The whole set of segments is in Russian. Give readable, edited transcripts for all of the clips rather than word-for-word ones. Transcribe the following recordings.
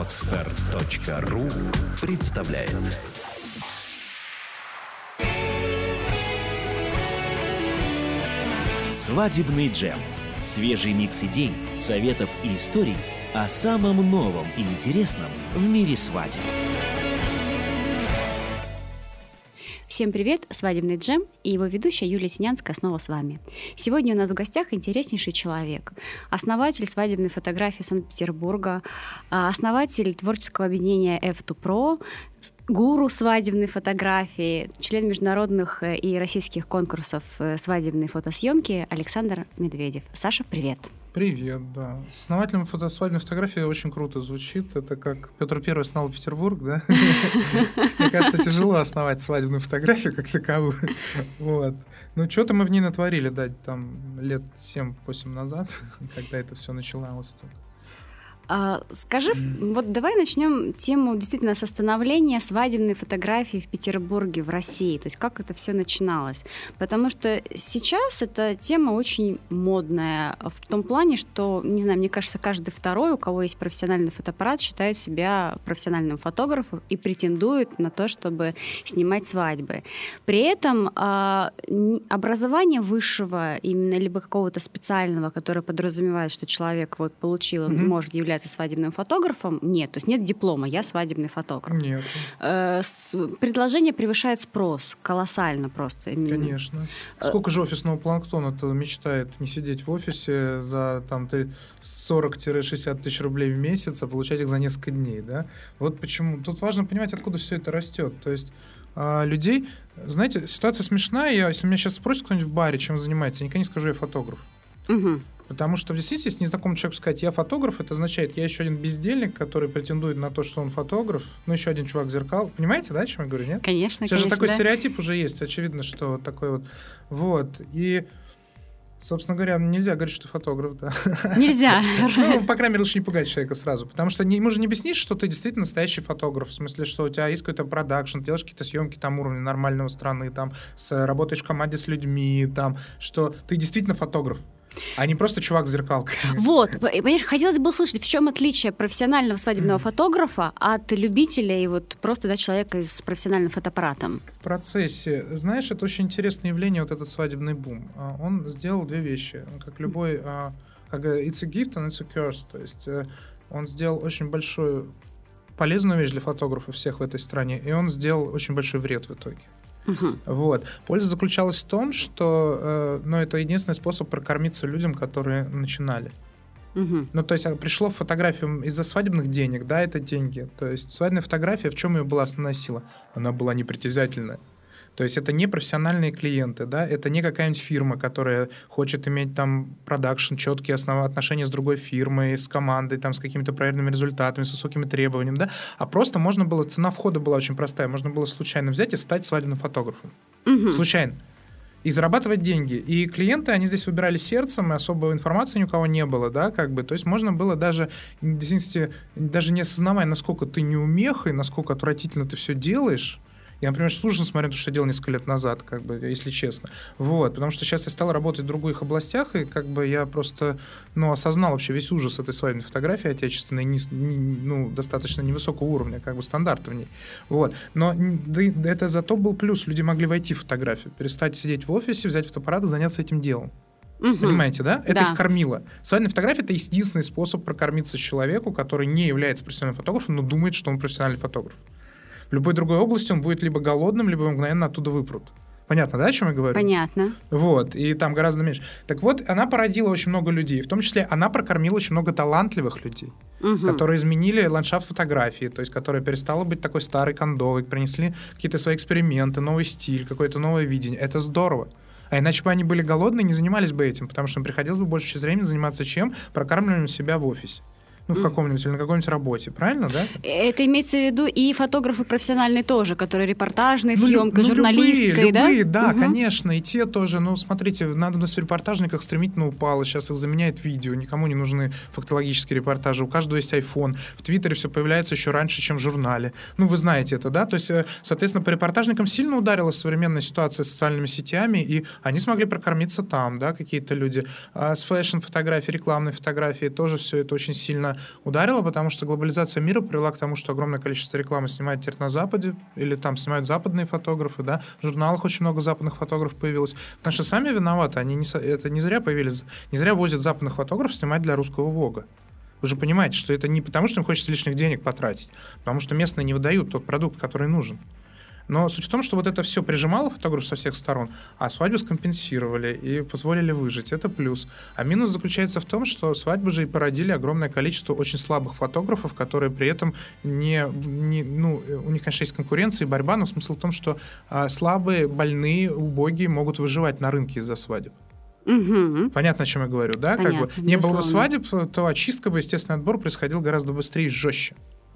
Podster.ru представляет. Свадебный джем. Свежий микс идей, советов и историй о самом новом и интересном в мире свадеб. Всем привет! Свадебный джем и его ведущая Юлия Синянская снова с вами. Сегодня у нас в гостях интереснейший человек. Основатель свадебной фотографии Санкт-Петербурга, основатель творческого объединения F2Pro, гуру свадебной фотографии, член международных и российских конкурсов свадебной фотосъемки Александр Медведев. Саша, привет! Привет, да. С основателем свадебной фотографии очень круто звучит. Это как Петр I основал Петербург, да? Мне кажется, тяжело основать свадебную фотографию как таковую. Вот. Ну, что-то мы в ней натворили, да, там лет 7-8 назад, когда это все начиналось. Скажи, вот давай начнем тему действительно с становления свадебной фотографии в Петербурге, в России. То есть как это все начиналось? Потому что сейчас эта тема очень модная в том плане, что, не знаю, мне кажется, каждый второй, у кого есть профессиональный фотоаппарат, считает себя профессиональным фотографом и претендует на то, чтобы снимать свадьбы. При этом образование высшего, именно либо какого-то специального, которое подразумевает, что человек вот получил, может являться свадебным фотографом, нет. То есть нет диплома, я свадебный фотограф. Нет. Предложение превышает спрос колоссально просто. Конечно. Сколько же офисного планктона-то мечтает не сидеть в офисе за там 40-60 тысяч рублей в месяц, а получать их за несколько дней, да? Вот почему. Тут важно понимать, откуда все это растет. То есть людей, знаете, ситуация смешная. Если меня сейчас спросит кто-нибудь в баре, чем занимается, я никогда не скажу, я фотограф. Угу. Потому что в действительности, если незнакомому человеку сказать, я фотограф, это означает, я еще один бездельник, который претендует на то, что он фотограф, ну, еще один чувак зеркал. Понимаете, да, о чем я говорю, нет? Конечно, сейчас же такой да. стереотип уже есть, очевидно, что такой вот. Вот. И, собственно говоря, нельзя говорить, что фотограф, да. Нельзя. Ну, по крайней мере, лучше не пугать человека сразу, потому что ему же не объяснишь, что ты действительно настоящий фотограф, в смысле, что у тебя есть какой-то продакшн, делаешь какие-то съемки там уровня нормального страны, там, работаешь в команде с людьми, там, что ты действительно фотограф. А не просто чувак с зеркалкой. Вот, понимаешь, хотелось бы услышать, в чем отличие профессионального свадебного фотографа от любителя и вот просто, да, человека с профессиональным фотоаппаратом? В процессе, знаешь, это очень интересное явление, вот этот свадебный бум. Он сделал две вещи, как любой, как it's a gift and it's a curse, то есть он сделал очень большую полезную вещь для фотографов всех в этой стране, и он сделал очень большой вред в итоге. Вот. Польза заключалась в том, что это единственный способ прокормиться людям, которые начинали. Ну, то есть пришло в фотографию из-за свадебных денег, да, это деньги. То есть свадебная фотография, в чем ее была основная сила? Она была непритязательная. То есть это не профессиональные клиенты, да, это не какая-нибудь фирма, которая хочет иметь там продакшн, четкие отношения с другой фирмой, с командой, там, с какими-то проверенными результатами, с высокими требованиями, да, а просто можно было, цена входа была очень простая, можно было случайно взять и стать свадебным фотографом. Случайно. И зарабатывать деньги. И клиенты, они здесь выбирали сердцем, и особой информации ни у кого не было, да, как бы. То есть можно было даже, даже не осознавая, насколько ты неумеха и насколько отвратительно ты все делаешь. Я, например, слушаю, смотря на то, что я делал несколько лет назад, как бы, если честно. Вот, потому что сейчас я стал работать в других областях, и как бы я просто, осознал вообще весь ужас этой свадебной фотографии отечественной, достаточно невысокого уровня, как бы, стандарта в ней. Вот. Но это зато был плюс. Люди могли войти в фотографию, перестать сидеть в офисе, взять фотоаппарат и заняться этим делом. Понимаете, да? Это их кормило. Свадебная фотография — это единственный способ прокормиться человеку, который не является профессиональным фотографом, но думает, что он профессиональный фотограф. В любой другой области он будет либо голодным, либо мгновенно оттуда выпрут. Понятно, да, о чем я говорю? Понятно. Вот, и там гораздо меньше. Так вот, она породила очень много людей, в том числе она прокормила очень много талантливых людей, которые изменили ландшафт фотографии, то есть которые перестала быть такой старой кондовой, принесли какие-то свои эксперименты, новый стиль, какое-то новое видение. Это здорово. А иначе бы они были голодные, не занимались бы этим, потому что им приходилось бы больше времени заниматься чем? Прокармливанием себя в офисе. В каком-нибудь или на какой-нибудь работе, правильно, да? Это имеется в виду и фотографы профессиональные тоже, которые репортажные, съемка, журналистской, любые, да, конечно, и те тоже. Смотрите, надобность в репортажниках стремительно упала, сейчас их заменяет видео, никому не нужны фактологические репортажи, у каждого есть iPhone, в Твиттере все появляется еще раньше, чем в журнале. Вы знаете это, да? То есть, соответственно, по репортажникам сильно ударила современная ситуация с социальными сетями, и они смогли прокормиться там, да, какие-то люди. А с фэшн-фотографией, рекламной фотографией тоже все это очень сильно ударила, потому что глобализация мира привела к тому, что огромное количество рекламы снимают теперь на Западе, или там снимают западные фотографы, да, в журналах очень много западных фотографов появилось, потому что сами виноваты, это не зря появились, не зря возят западных фотографов снимать для русского Вога. Вы же понимаете, что это не потому, что им хочется лишних денег потратить, потому что местные не выдают тот продукт, который нужен. Но суть в том, что вот это все прижимало фотограф со всех сторон, а свадьбу скомпенсировали и позволили выжить. Это плюс. А минус заключается в том, что свадьбы же и породили огромное количество очень слабых фотографов, которые при этом у них, конечно, есть конкуренция и борьба, но смысл в том, что слабые, больные, убогие могут выживать на рынке из-за свадеб. Угу. Понятно, о чем я говорю, да? Понятно, как бы не было бы свадеб, то очистка бы, естественный отбор происходил гораздо быстрее и жестче.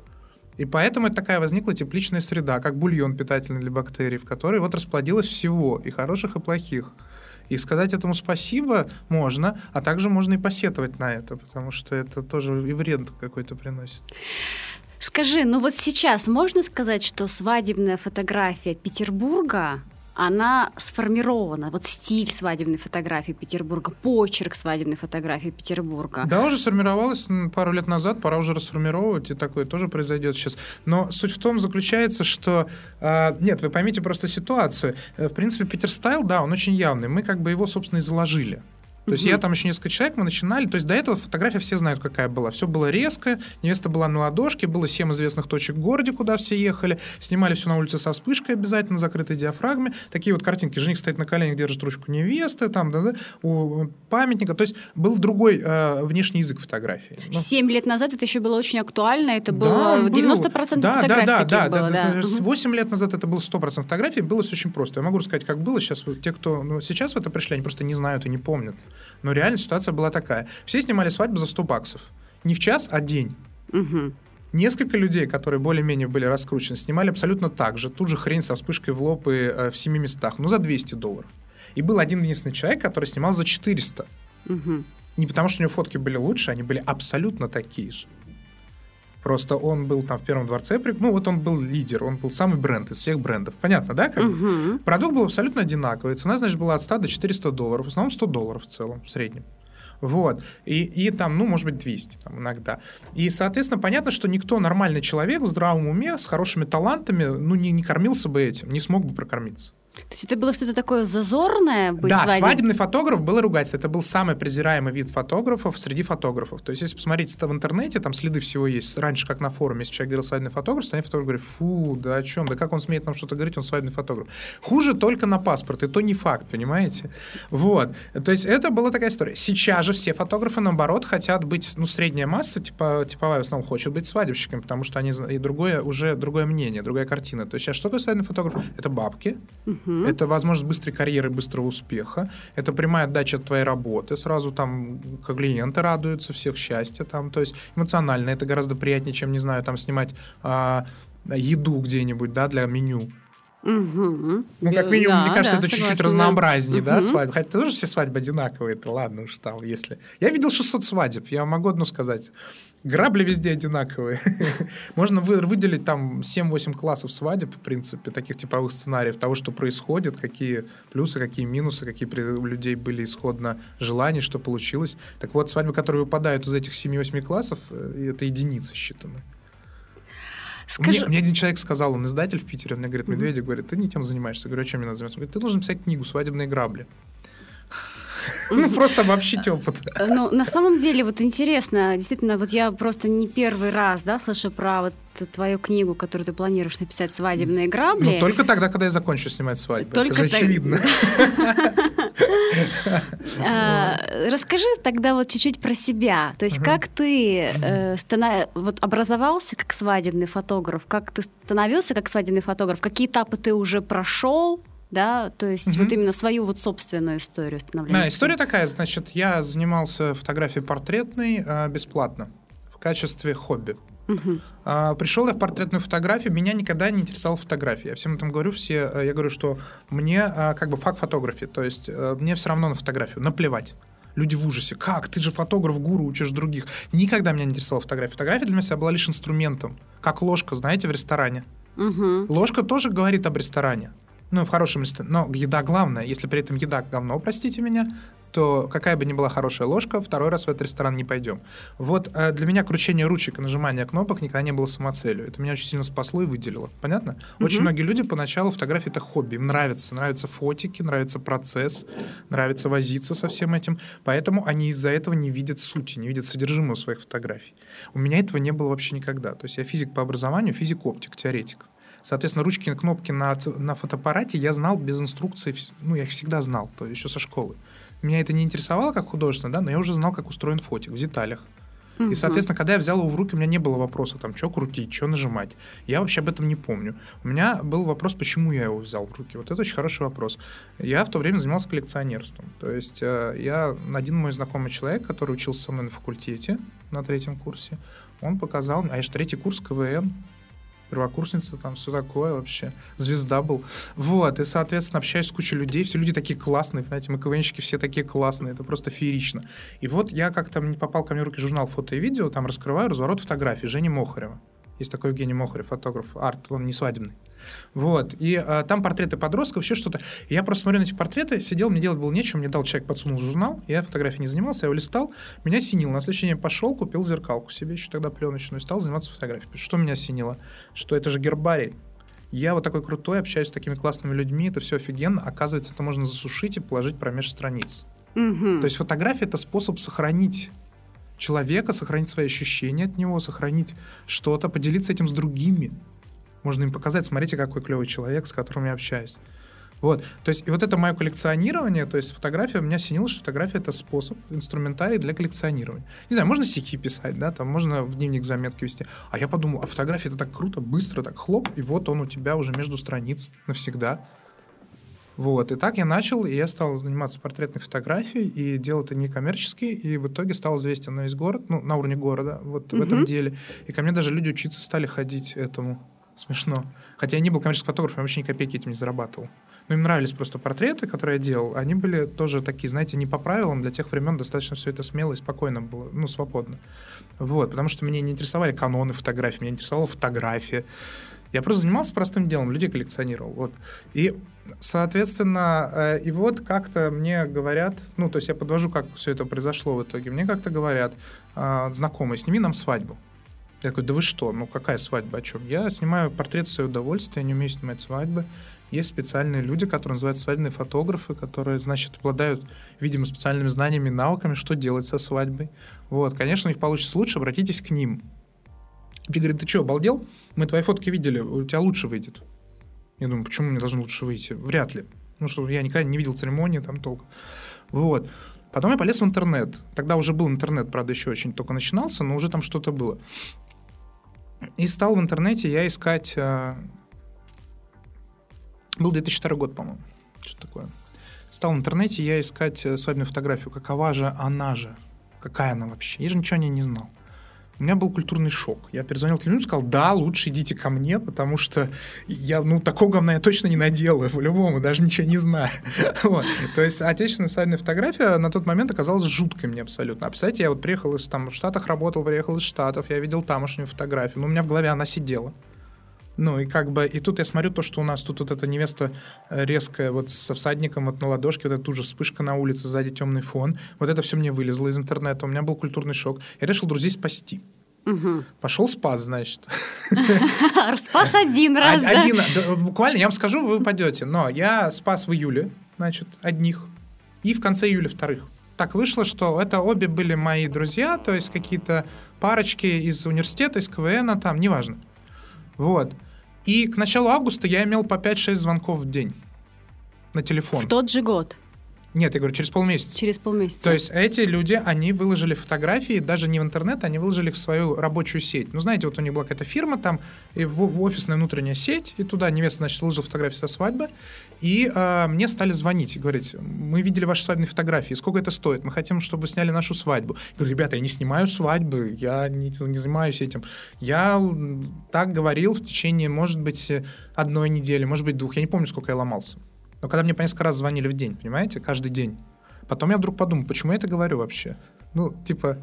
И поэтому такая возникла тепличная среда, как бульон питательный для бактерий, в которой вот расплодилось всего, и хороших, и плохих. И сказать этому спасибо можно, а также можно и посетовать на это, потому что это тоже и вред какой-то приносит. Скажи, ну вот сейчас можно сказать, что свадебная фотография Петербурга, она сформирована, вот стиль свадебной фотографии Петербурга, почерк свадебной фотографии Петербурга? Да, уже сформировалась пару лет назад, пора уже расформировать, и такое тоже произойдет сейчас. Но суть в том заключается, что... Нет, вы поймите просто ситуацию. В принципе, Питер-стайл, да, он очень явный. Мы как бы его, собственно, и заложили. То есть я там еще несколько человек, мы начинали. То есть до этого фотография все знают, какая была. Все было резко, невеста была на ладошке, было 7 известных точек в городе, куда все ехали. Снимали все на улице со вспышкой обязательно, закрытой диафрагме. Такие вот картинки. Жених стоит на коленях, держит ручку невесты, там, да, у памятника. То есть был другой внешний язык фотографии. 7 лет назад это еще было очень актуально. Это было 90% фотографий таких было. Да. 8 лет назад это было 100% фотографий. Было все очень просто. Я могу рассказать, как было. Сейчас те, кто сейчас в это пришли, они просто не знают и не помнят. Но реально ситуация была такая. Все снимали свадьбу за $100. Не в час, а день. Угу. Несколько людей, которые более-менее были раскручены, снимали абсолютно так же. Тут же хрень со вспышкой в лоб и в 7 местах. За $200. И был один-единственный человек, который снимал за 400. Угу. Не потому, что у него фотки были лучше, они были абсолютно такие же. Просто он был там в Первом дворце. Он был лидер, он был самый бренд из всех брендов. Понятно, да? Продукт был абсолютно одинаковый. Цена, значит, была от $100 до $400. В основном $100 в целом, в среднем. Вот. И там, может быть, 200 там, иногда. И, соответственно, понятно, что никто нормальный человек в здравом уме, с хорошими талантами, не кормился бы этим, не смог бы прокормиться. То есть это было что-то такое зазорное быть свадебным? Да, свадебный фотограф было ругаться. Это был самый презираемый вид фотографов среди фотографов. То есть если посмотреть в интернете, там следы всего есть. Раньше, как на форуме, если человек говорил свадебный фотограф, остальные фотографы говорят: фу, да о чем? Да как он смеет нам что-то говорить, он свадебный фотограф. Хуже только на паспорт, и то не факт, понимаете? Вот. То есть это была такая история. Сейчас же все фотографы, наоборот, хотят быть, средняя масса, типовая в основном хочет быть свадебщиками, потому что они и другое мнение, другая картина. То есть сейчас что такое свадебный фотограф? Это бабки. Это возможность быстрой карьеры, быстрого успеха. Это прямая отдача от твоей работы. Сразу там клиенты радуются, всех счастья. Там. То есть эмоционально это гораздо приятнее, чем, не знаю, там снимать еду где-нибудь, да, для меню. Как минимум, мне кажется, это чуть-чуть разнообразнее, да, свадьбы. Хотя тоже все свадьбы одинаковые, это ладно уж там, если... Я видел 600 свадеб, я могу одну сказать. Грабли везде одинаковые. Можно выделить там 7-8 классов свадеб, в принципе, таких типовых сценариев того, что происходит, какие плюсы, какие минусы, какие у людей были исходно желания, что получилось. Так вот, свадьбы, которые выпадают из этих 7-8 классов, это единицы считаны. Мне один человек сказал, он издатель в Питере, он мне говорит: Медведев, говорит, ты не тем занимаешься. Я говорю: а чем мне надо заниматься? Он говорит: ты должен писать книгу «Свадебные грабли». Просто обобщить опыт. На самом деле, вот интересно, действительно, вот я просто не первый раз, да, слышу про вот твою книгу, которую ты планируешь написать «Свадебные грабли». Только тогда, когда я закончу снимать свадьбу. Это же очевидно. Расскажи тогда вот чуть-чуть про себя. То есть как ты образовался как свадебный фотограф, как ты становился как свадебный фотограф, какие этапы ты уже прошел? Да, то есть вот именно свою вот собственную историю становления. Да, история такая, значит, я занимался фотографией портретной бесплатно в качестве хобби. Пришел я в портретную фотографию, меня никогда не интересовала фотография. Я всем этом говорю, я говорю, что мне как бы факт фотографии, то есть мне все равно на фотографию, наплевать. Люди в ужасе: как, ты же фотограф, гуру, учишь других. Никогда меня не интересовала фотография. Фотография для меня всегда была лишь инструментом, как ложка, знаете, в ресторане. Ложка тоже говорит об ресторане. Ну, в хорошем ресторане. Но еда главное. Если при этом еда говно, простите меня, то какая бы ни была хорошая ложка, второй раз в этот ресторан не пойдем. Вот для меня кручение ручек и нажимание кнопок никогда не было самоцелью. Это меня очень сильно спасло и выделило. Понятно? Очень многие люди поначалу фотографии — это хобби. Им нравится. Нравятся фотики, нравится процесс, нравится возиться со всем этим. Поэтому они из-за этого не видят сути, не видят содержимого своих фотографий. У меня этого не было вообще никогда. То есть я физик по образованию, физик-оптик, теоретик. Соответственно, ручки и кнопки на фотоаппарате я знал без инструкции. Ну, я их всегда знал, то есть еще со школы. Меня это не интересовало как художественно, да, но я уже знал, как устроен фотик в деталях. И, соответственно, когда я взял его в руки, у меня не было вопроса, там, что крутить, что нажимать. Я вообще об этом не помню. У меня был вопрос, почему я его взял в руки. Вот это очень хороший вопрос. Я в то время занимался коллекционерством. То есть один мой знакомый человек, который учился со мной на факультете на 3-м курсе, он показал, а я же 3-й курс КВН, первокурсница, там все такое вообще, звезда был. Вот, и, соответственно, общаюсь с кучей людей, все люди такие классные, знаете, мы КВНщики все такие классные, это просто феерично. И вот я как-то попал ко мне в руки журнал «Фото и видео», там раскрываю разворот фотографий Жени Мохарева. Есть такой Евгений Мохарев, фотограф, арт, он не свадебный. Вот, и там портреты подростков, еще что-то. И я просто смотрю на эти портреты, сидел, мне делать было нечего, мне дал человек, подсунул журнал, я фотографией не занимался, я его листал, меня осенило. На следующий день пошел, купил зеркалку себе, еще тогда пленочную, и стал заниматься фотографией. Что меня осенило? Что это же гербарий. Я вот такой крутой, общаюсь с такими классными людьми, это все офигенно. Оказывается, это можно засушить и положить промеж страниц. То есть фотография — это способ сохранить человека, сохранить свои ощущения от него, сохранить что-то, поделиться этим с другими. Можно им показать, смотрите, какой клевый человек, с которым я общаюсь. Вот. То есть, и вот это мое коллекционирование, то есть фотография, меня осенило, что фотография — это способ, инструментарий для коллекционирования. Не знаю, можно стихи писать, да, там можно в дневник заметки вести. А я подумал, а фотография — это так круто, быстро, так хлоп, и вот он у тебя уже между страниц навсегда. Вот. И так я начал, и я стал заниматься портретной фотографией, и делал это некоммерчески, и в итоге стал известен на весь город, ну, на уровне города, вот в этом деле. И ко мне даже люди учиться стали ходить этому. Смешно. Хотя я не был коммерческим фотографом, я вообще ни копейки этим не зарабатывал. Но им нравились просто портреты, которые я делал. Они были тоже такие, знаете, не по правилам. Для тех времен достаточно все это смело и спокойно было, ну, свободно. Вот, потому что меня не интересовали каноны фотографий, меня интересовала фотография. Я просто занимался простым делом, людей коллекционировал. Вот. И, соответственно, и вот как-то мне говорят, ну, то есть я подвожу, как все это произошло в итоге. Мне как-то говорят, знакомые, сними нам свадьбу. Я говорю, да вы что, ну какая свадьба, о чем? Я снимаю портрет в свое удовольствие, я не умею снимать свадьбы. Есть специальные люди, которые называются свадебные фотографы, которые, значит, обладают, видимо, специальными знаниями и навыками, что делать со свадьбой. Вот, конечно, у них получится лучше, обратитесь к ним. И говорит, ты что, обалдел? Мы твои фотки видели, у тебя лучше выйдет. Я думаю, почему мне должно лучше выйти? Вряд ли. Ну что, я никогда не видел церемонии там толком. Вот. Потом я полез в интернет. Тогда уже был интернет, правда, еще очень только начинался, но уже там что-то было. И стал в интернете я искать... Был 2002 год, по-моему. Что-то такое. Стал в интернете я искать свадебную фотографию. Какова же она же? Какая она вообще? Я же ничего о ней не знал. У меня был культурный шок. Я перезвонил телефону и сказал, да, лучше идите ко мне, потому что я, такого говна я точно не наделаю, по-любому, даже ничего не знаю. Вот. То есть отечественная свадебная фотография на тот момент оказалась жуткой мне абсолютно. А представляете, я вот приехал из, в Штатах работал, приехал из Штатов, я видел тамошнюю фотографию, но у меня в голове она сидела. И тут я смотрю то, что у нас тут вот эта невеста резкая, вот со всадником вот на ладошке, вот эта тут же вспышка на улице, сзади темный фон. Вот это все мне вылезло из интернета, у меня был культурный шок. Я решил друзей спасти. Пошел спас, значит. Спас один раз, да? Буквально, я вам скажу, вы упадете. Но я спас в июле, значит, одних, и в конце июля вторых. Так вышло, что это обе были мои друзья, то есть какие-то парочки из университета, из КВН, там, неважно. Вот. И к началу августа я имел по 5-6 звонков в день на телефон. В тот же год? Нет, я говорю, через полмесяца. Через полмесяца. То есть эти люди, они выложили фотографии, даже не в интернет, они выложили их в свою рабочую сеть. Знаете, вот у них была какая-то фирма там, и офисная внутренняя сеть, и туда невеста, значит, выложила фотографии со свадьбы, и мне стали звонить и говорить, мы видели ваши свадебные фотографии, сколько это стоит? Мы хотим, чтобы вы сняли нашу свадьбу. Я говорю, ребята, я не снимаю свадьбы, я не занимаюсь этим. Я так говорил в течение, может быть, 1 недели, может быть, 2, я не помню, сколько я ломался. Но когда мне по несколько раз звонили в день, понимаете, каждый день. Потом я вдруг подумал, почему я это говорю вообще?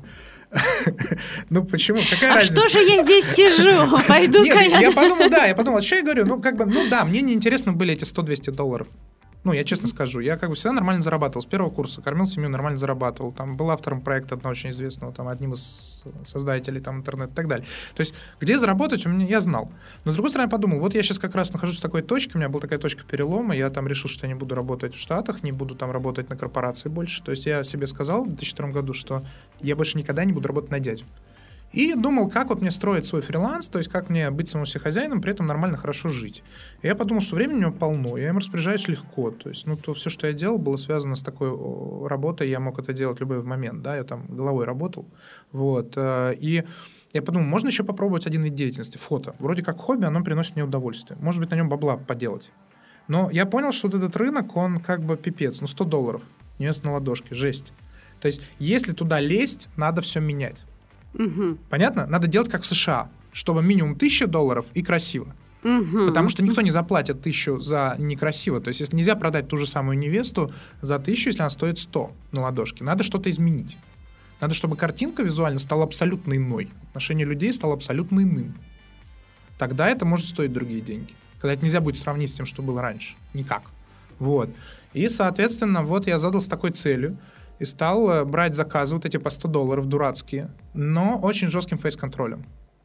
Ну, почему? Какая разница? Что же я здесь сижу? Пойду-ка Нет, я подумал, что я говорю? Мне неинтересно были эти $100-200. Ну, я честно скажу, я всегда нормально зарабатывал. С первого курса кормил семью, нормально зарабатывал. Там был автором проекта одного очень известного, там, одним из создателей там, интернета и так далее. То есть, где заработать, я знал. Но, с другой стороны, я подумал, вот я сейчас как раз нахожусь в такой точке, у меня была такая точка перелома, я там решил, что я не буду работать в Штатах, не буду там работать на корпорации больше. То есть, я себе сказал в 2002 году, что я больше никогда не буду работать на дядю. И думал, как вот мне строить свой фриланс, то есть как мне быть самому себе хозяином, при этом нормально, хорошо жить. И я подумал, что времени у него полно, я им распоряжаюсь легко. То есть, то все, что я делал, было связано с такой работой, я мог это делать в любой момент, да, я там головой работал. Вот. И я подумал, можно еще попробовать один вид деятельности, фото. Вроде как хобби, оно приносит мне удовольствие. Может быть, на нем бабла поделать. Но я понял, что вот этот рынок, он как бы пипец, $100, невеста на ладошке, жесть. То есть, если туда лезть, надо все менять. Угу. Понятно? Надо делать как в США, чтобы минимум $1000 и красиво. Угу. Потому что никто не заплатит 1000 за некрасиво. То есть, если нельзя продать ту же самую невесту за 1000, если она стоит 100 на ладошке. Надо что-то изменить. Надо, чтобы картинка визуально стала абсолютно иной. Отношение людей стало абсолютно иным. Тогда это может стоить другие деньги. Когда это нельзя будет сравнить с тем, что было раньше. Никак. Вот. И, соответственно, вот я задался такой целью. И стал брать заказы вот эти по $100 дурацкие, но очень жестким фейс-контролем.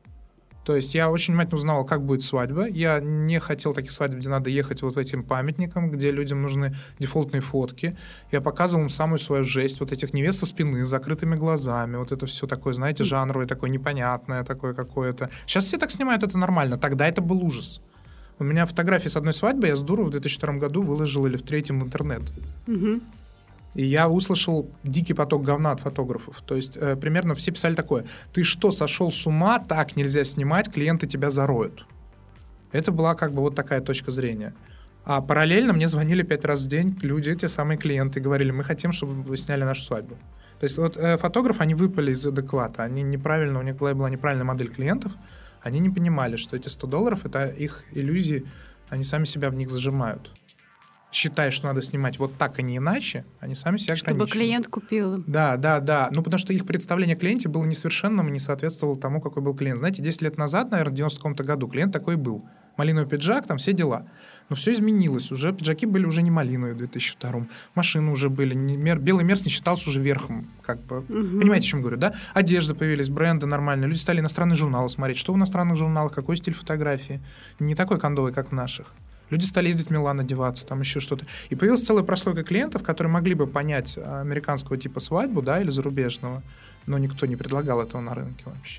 То есть я очень внимательно узнавал, как будет свадьба. Я не хотел таких свадеб, где надо ехать вот этим памятникам, где людям нужны дефолтные фотки. Я показывал им самую свою жесть, вот этих невест со спины, с закрытыми глазами. Вот это все такое, знаете, жанровое, такое непонятное, такое какое-то. Сейчас все так снимают, это нормально. Тогда это был ужас. У меня фотографии с одной свадьбы я с дуру в 2002 году выложил или в 2003 в интернет. Угу. И я услышал дикий поток говна от фотографов. То есть примерно все писали такое: ты что, сошел с ума? Так нельзя снимать, клиенты тебя зароют. Это была как бы вот такая точка зрения. А параллельно мне звонили 5 раз в день люди, те самые клиенты, и говорили: мы хотим, чтобы вы сняли нашу свадьбу. То есть вот фотографы, они выпали из адеквата. Они неправильно, у них была неправильная модель клиентов. Они не понимали, что эти $100 — это их иллюзии, они сами себя в них зажимают. Считая, что надо снимать вот так, а не иначе, они сами себя ограничивают. Чтобы клиент купил. Да. Ну, потому что их представление о клиенте было несовершенным и не соответствовало тому, какой был клиент. Знаете, 10 лет назад, наверное, в 90 каком-то году клиент такой был. Малиновый пиджак, там все дела. Но все изменилось. Уже пиджаки были уже не малиновые в 2002-м. Машины уже были. Белый мерс не считался уже верхом. Как бы. Угу. Понимаете, о чем говорю, да? Одежды появились, бренды нормальные. Люди стали иностранные журналы смотреть. Что в иностранных журналах, какой стиль фотографии. Не такой кондовый, как в наших. Люди стали ездить в Милан, одеваться, там еще что-то. И появилась целая прослойка клиентов, которые могли бы понять американского типа свадьбу, да, или зарубежного, но никто не предлагал этого на рынке вообще.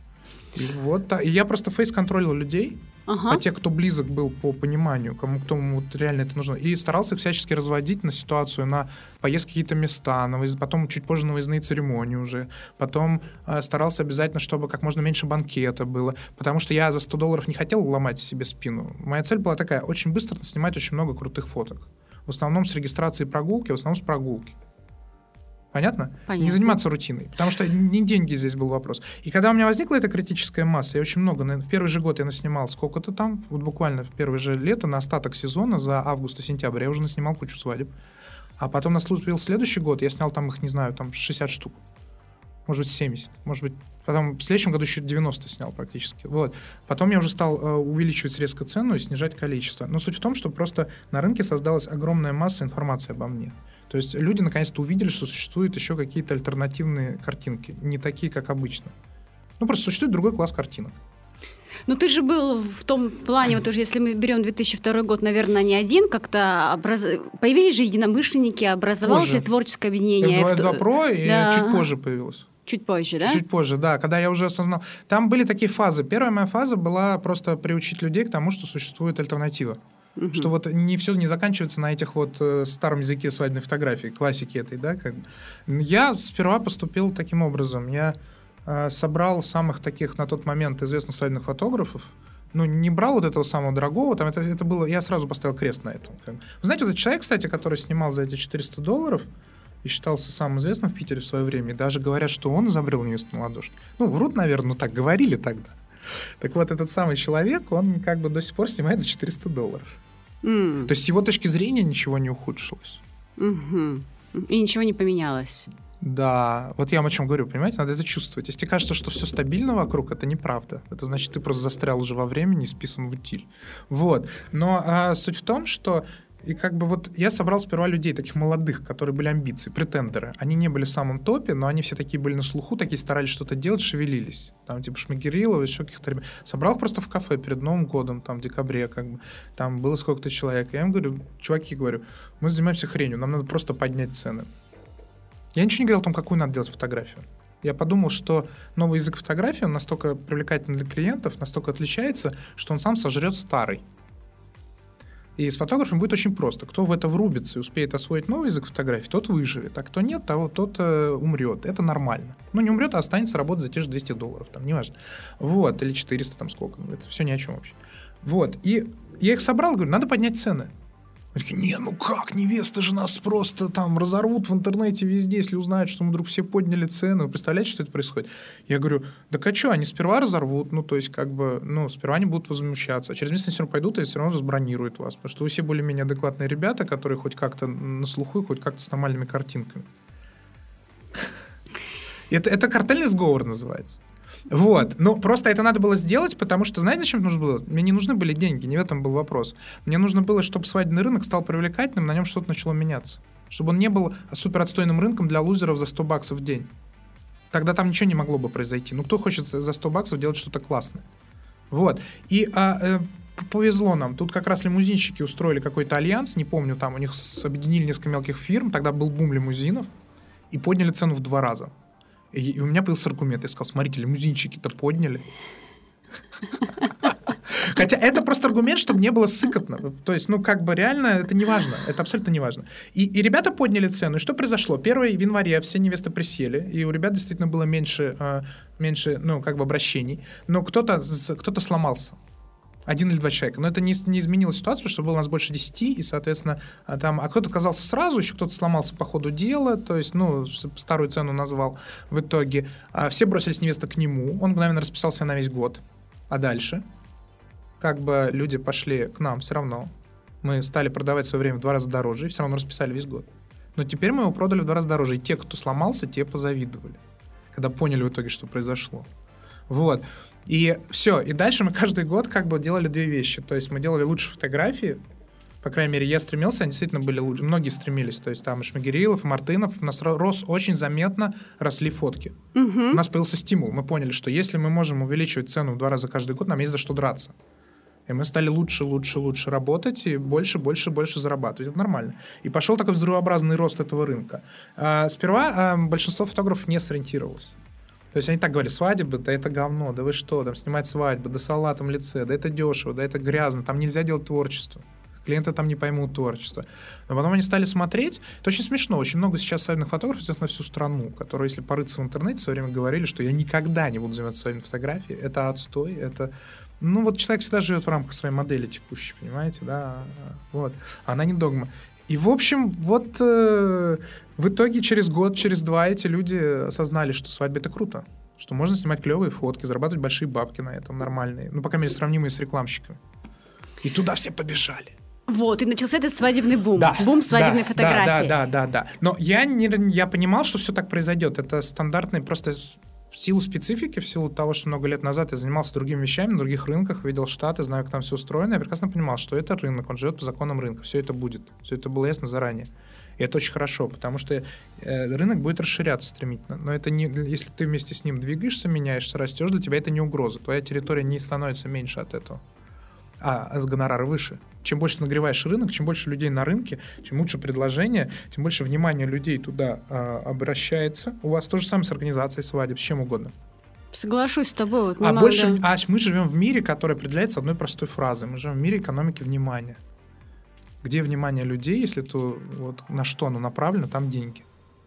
И вот и я просто фейс-контролил людей, по тех, кто близок был по пониманию, кому вот реально это нужно. И старался всячески разводить на ситуацию, на поездки в какие-то места, потом чуть позже на выездные церемонии уже. Потом старался обязательно, чтобы как можно меньше банкета было. Потому что я за $100 не хотел ломать себе спину. Моя цель была такая: очень быстро снимать очень много крутых фоток. В основном с регистрации прогулки, в основном с прогулки. Понятно? Не заниматься рутиной. Потому что не деньги здесь был вопрос. И когда у меня возникла эта критическая масса, я очень много, в первый же год я наснимал сколько-то там, вот буквально в первое же лето, на остаток сезона, за август и сентябрь, я уже наснимал кучу свадеб. А потом наступил следующий год, я снял там их, не знаю, там 60 штук. Может быть, 70. Может быть, потом в следующем году еще 90 снял практически. Вот. Потом я уже стал увеличивать резко цену и снижать количество. Но суть в том, что просто на рынке создалась огромная масса информации обо мне. То есть люди наконец-то увидели, что существуют еще какие-то альтернативные картинки, не такие, как обычно. Ну, просто существует другой класс картинок. Ну, ты же был в том плане, вот уже если мы берем 2002 год, наверное, не один, как-то появились же единомышленники, образовалось ли творческое объединение? F2 Pro и чуть позже появилось. Чуть позже, да? Чуть позже, да, когда я уже осознал. Там были такие фазы. Первая моя фаза была просто приучить людей к тому, что существует альтернатива. Угу. Что вот не все не заканчивается на этих вот старом языке свадебной фотографии, классики этой, да, как бы. Я сперва поступил таким образом. Я собрал самых таких на тот момент известных свадебных фотографов. Ну, не брал вот этого самого дорогого, там это было, я сразу поставил крест на этом. Вы знаете, вот этот человек, кстати, который снимал за эти $400 и считался самым известным в Питере в свое время, и даже говорят, что он изобрел невесту на ладошке. Ну, врут, наверное, но так говорили тогда. Так вот, этот самый человек, он как бы до сих пор снимает за $400. То есть с его точки зрения ничего не ухудшилось. И ничего не поменялось. Да, вот я вам о чем говорю, понимаете, надо это чувствовать. Если тебе кажется, что все стабильно вокруг, это неправда. Это значит, ты просто застрял уже во времени и списан в утиль. Вот. Но суть в том, что и как бы вот я собрал сперва людей, таких молодых, которые были амбиции, претендеры. Они не были в самом топе, но они все такие были на слуху, такие старались что-то делать, шевелились. Там типа Шмагерилова, еще каких-то ребят. Собрал просто в кафе перед Новым годом, там в декабре, как бы. Там было сколько-то человек. Я им говорю, чуваки, говорю, мы занимаемся хренью, нам надо просто поднять цены. Я ничего не говорил о том, какую надо делать фотографию. Я подумал, что новый язык фотографии, он настолько привлекательный для клиентов, настолько отличается, что он сам сожрет старый. И с фотографом будет очень просто. Кто в это врубится и успеет освоить новый язык фотографии, тот выживет. А кто нет, тот умрет. Это нормально. Ну, не умрет, а останется работать за те же $200, там, неважно. Вот, или 400, там сколько. Это все ни о чем вообще. Вот. И я их собрал, говорю, надо поднять цены. Они такие, не, ну как, невесты же нас просто там разорвут в интернете везде, если узнают, что мы вдруг все подняли цены. Вы представляете, что это происходит? Я говорю, да а что, они сперва разорвут, ну то есть как бы, ну сперва они будут возмущаться, а через месяц они все равно пойдут и все равно разбронируют вас, потому что вы все более-менее адекватные ребята, которые хоть как-то на слуху, хоть как-то с нормальными картинками. Это картельный сговор называется. Вот. Ну, просто это надо было сделать, потому что, знаете, зачем это нужно было? Мне не нужны были деньги, не в этом был вопрос. Мне нужно было, чтобы свадебный рынок стал привлекательным, на нем что-то начало меняться. Чтобы он не был суперотстойным рынком для лузеров за $100 в день. Тогда там ничего не могло бы произойти. Ну, кто хочет за $100 делать что-то классное? Вот. И повезло нам. Тут как раз лимузинщики устроили какой-то альянс, не помню, там у них объединили несколько мелких фирм, тогда был бум лимузинов, и подняли цену в 2 раза. И у меня появился аргумент. Я сказал, смотрите, лимузинчики-то подняли. Хотя это просто аргумент, чтобы не было сыкотно. То есть, ну, как бы реально это не важно. Это абсолютно не важно. И ребята подняли цену. И что произошло? 1 января все невесты присели, и у ребят действительно было меньше ну, как бы обращений. Но кто-то сломался. 1 или 2 человека. Но это не изменило ситуацию, что было у нас больше 10, и, соответственно, там... А кто-то отказался сразу, еще кто-то сломался по ходу дела, то есть, ну, старую цену назвал в итоге. Все бросились невесты к нему, он мгновенно расписался на весь год. А дальше? Как бы люди пошли к нам все равно. Мы стали продавать в свое время в 2 раза дороже, и все равно расписали весь год. Но теперь мы его продали в 2 раза дороже, и те, кто сломался, те позавидовали, когда поняли в итоге, что произошло. Вот. И все. И дальше мы каждый год как бы делали 2 вещи. То есть мы делали лучшие фотографии. По крайней мере, я стремился, они действительно были лучше. Многие стремились. То есть там и Шмагерилов, и Мартынов. У нас очень заметно росли фотки. У нас появился стимул. Мы поняли, что если мы можем увеличивать цену в 2 раза каждый год, нам есть за что драться. И мы стали лучше работать и больше зарабатывать. Это нормально. И пошел такой взрывообразный рост этого рынка. Сперва большинство фотографов не сориентировалось. То есть они так говорили, свадьбы, да это говно, да вы что, там снимать свадьбу, да салатом лице, да это дешево, да это грязно, там нельзя делать творчество. Клиенты там не поймут творчество. Но потом они стали смотреть. Это очень смешно. Очень много сейчас свадебных фотографов, естественно, на всю страну, которые, если порыться в интернете, в свое время говорили, что я никогда не буду заниматься свадебной фотографией. Это отстой, это... Ну вот человек всегда живет в рамках своей модели текущей, понимаете, да? Вот. Она не догма. И, в общем, вот в итоге через год, через 2 эти люди осознали, что свадьба — это круто, что можно снимать клевые фотки, зарабатывать большие бабки на этом, нормальные, ну, по крайней мере, сравнимые с рекламщиками. И туда все побежали. Вот, и начался этот свадебный бум. Да, бум свадебной фотографии. Да. Но я понимал, что все так произойдет. Это стандартный просто... В силу специфики, в силу того, что много лет назад я занимался другими вещами, на других рынках, видел Штаты, знаю, как там все устроено, я прекрасно понимал, что это рынок, он живет по законам рынка, все это будет, все это было ясно заранее. И это очень хорошо, потому что рынок будет расширяться стремительно, но это не, если ты вместе с ним двигаешься, меняешься, растешь, для тебя это не угроза, твоя территория не становится меньше от этого, а гонорары выше. Чем больше нагреваешь рынок, чем больше людей на рынке, чем лучше предложение, тем больше внимания людей туда обращается. У вас то же самое с организацией свадеб, с чем угодно. Соглашусь с тобой. Вот мы живем в мире, который определяется одной простой фразой. Мы живем в мире экономики внимания. Где внимание людей, если то вот, на что оно направлено, там деньги.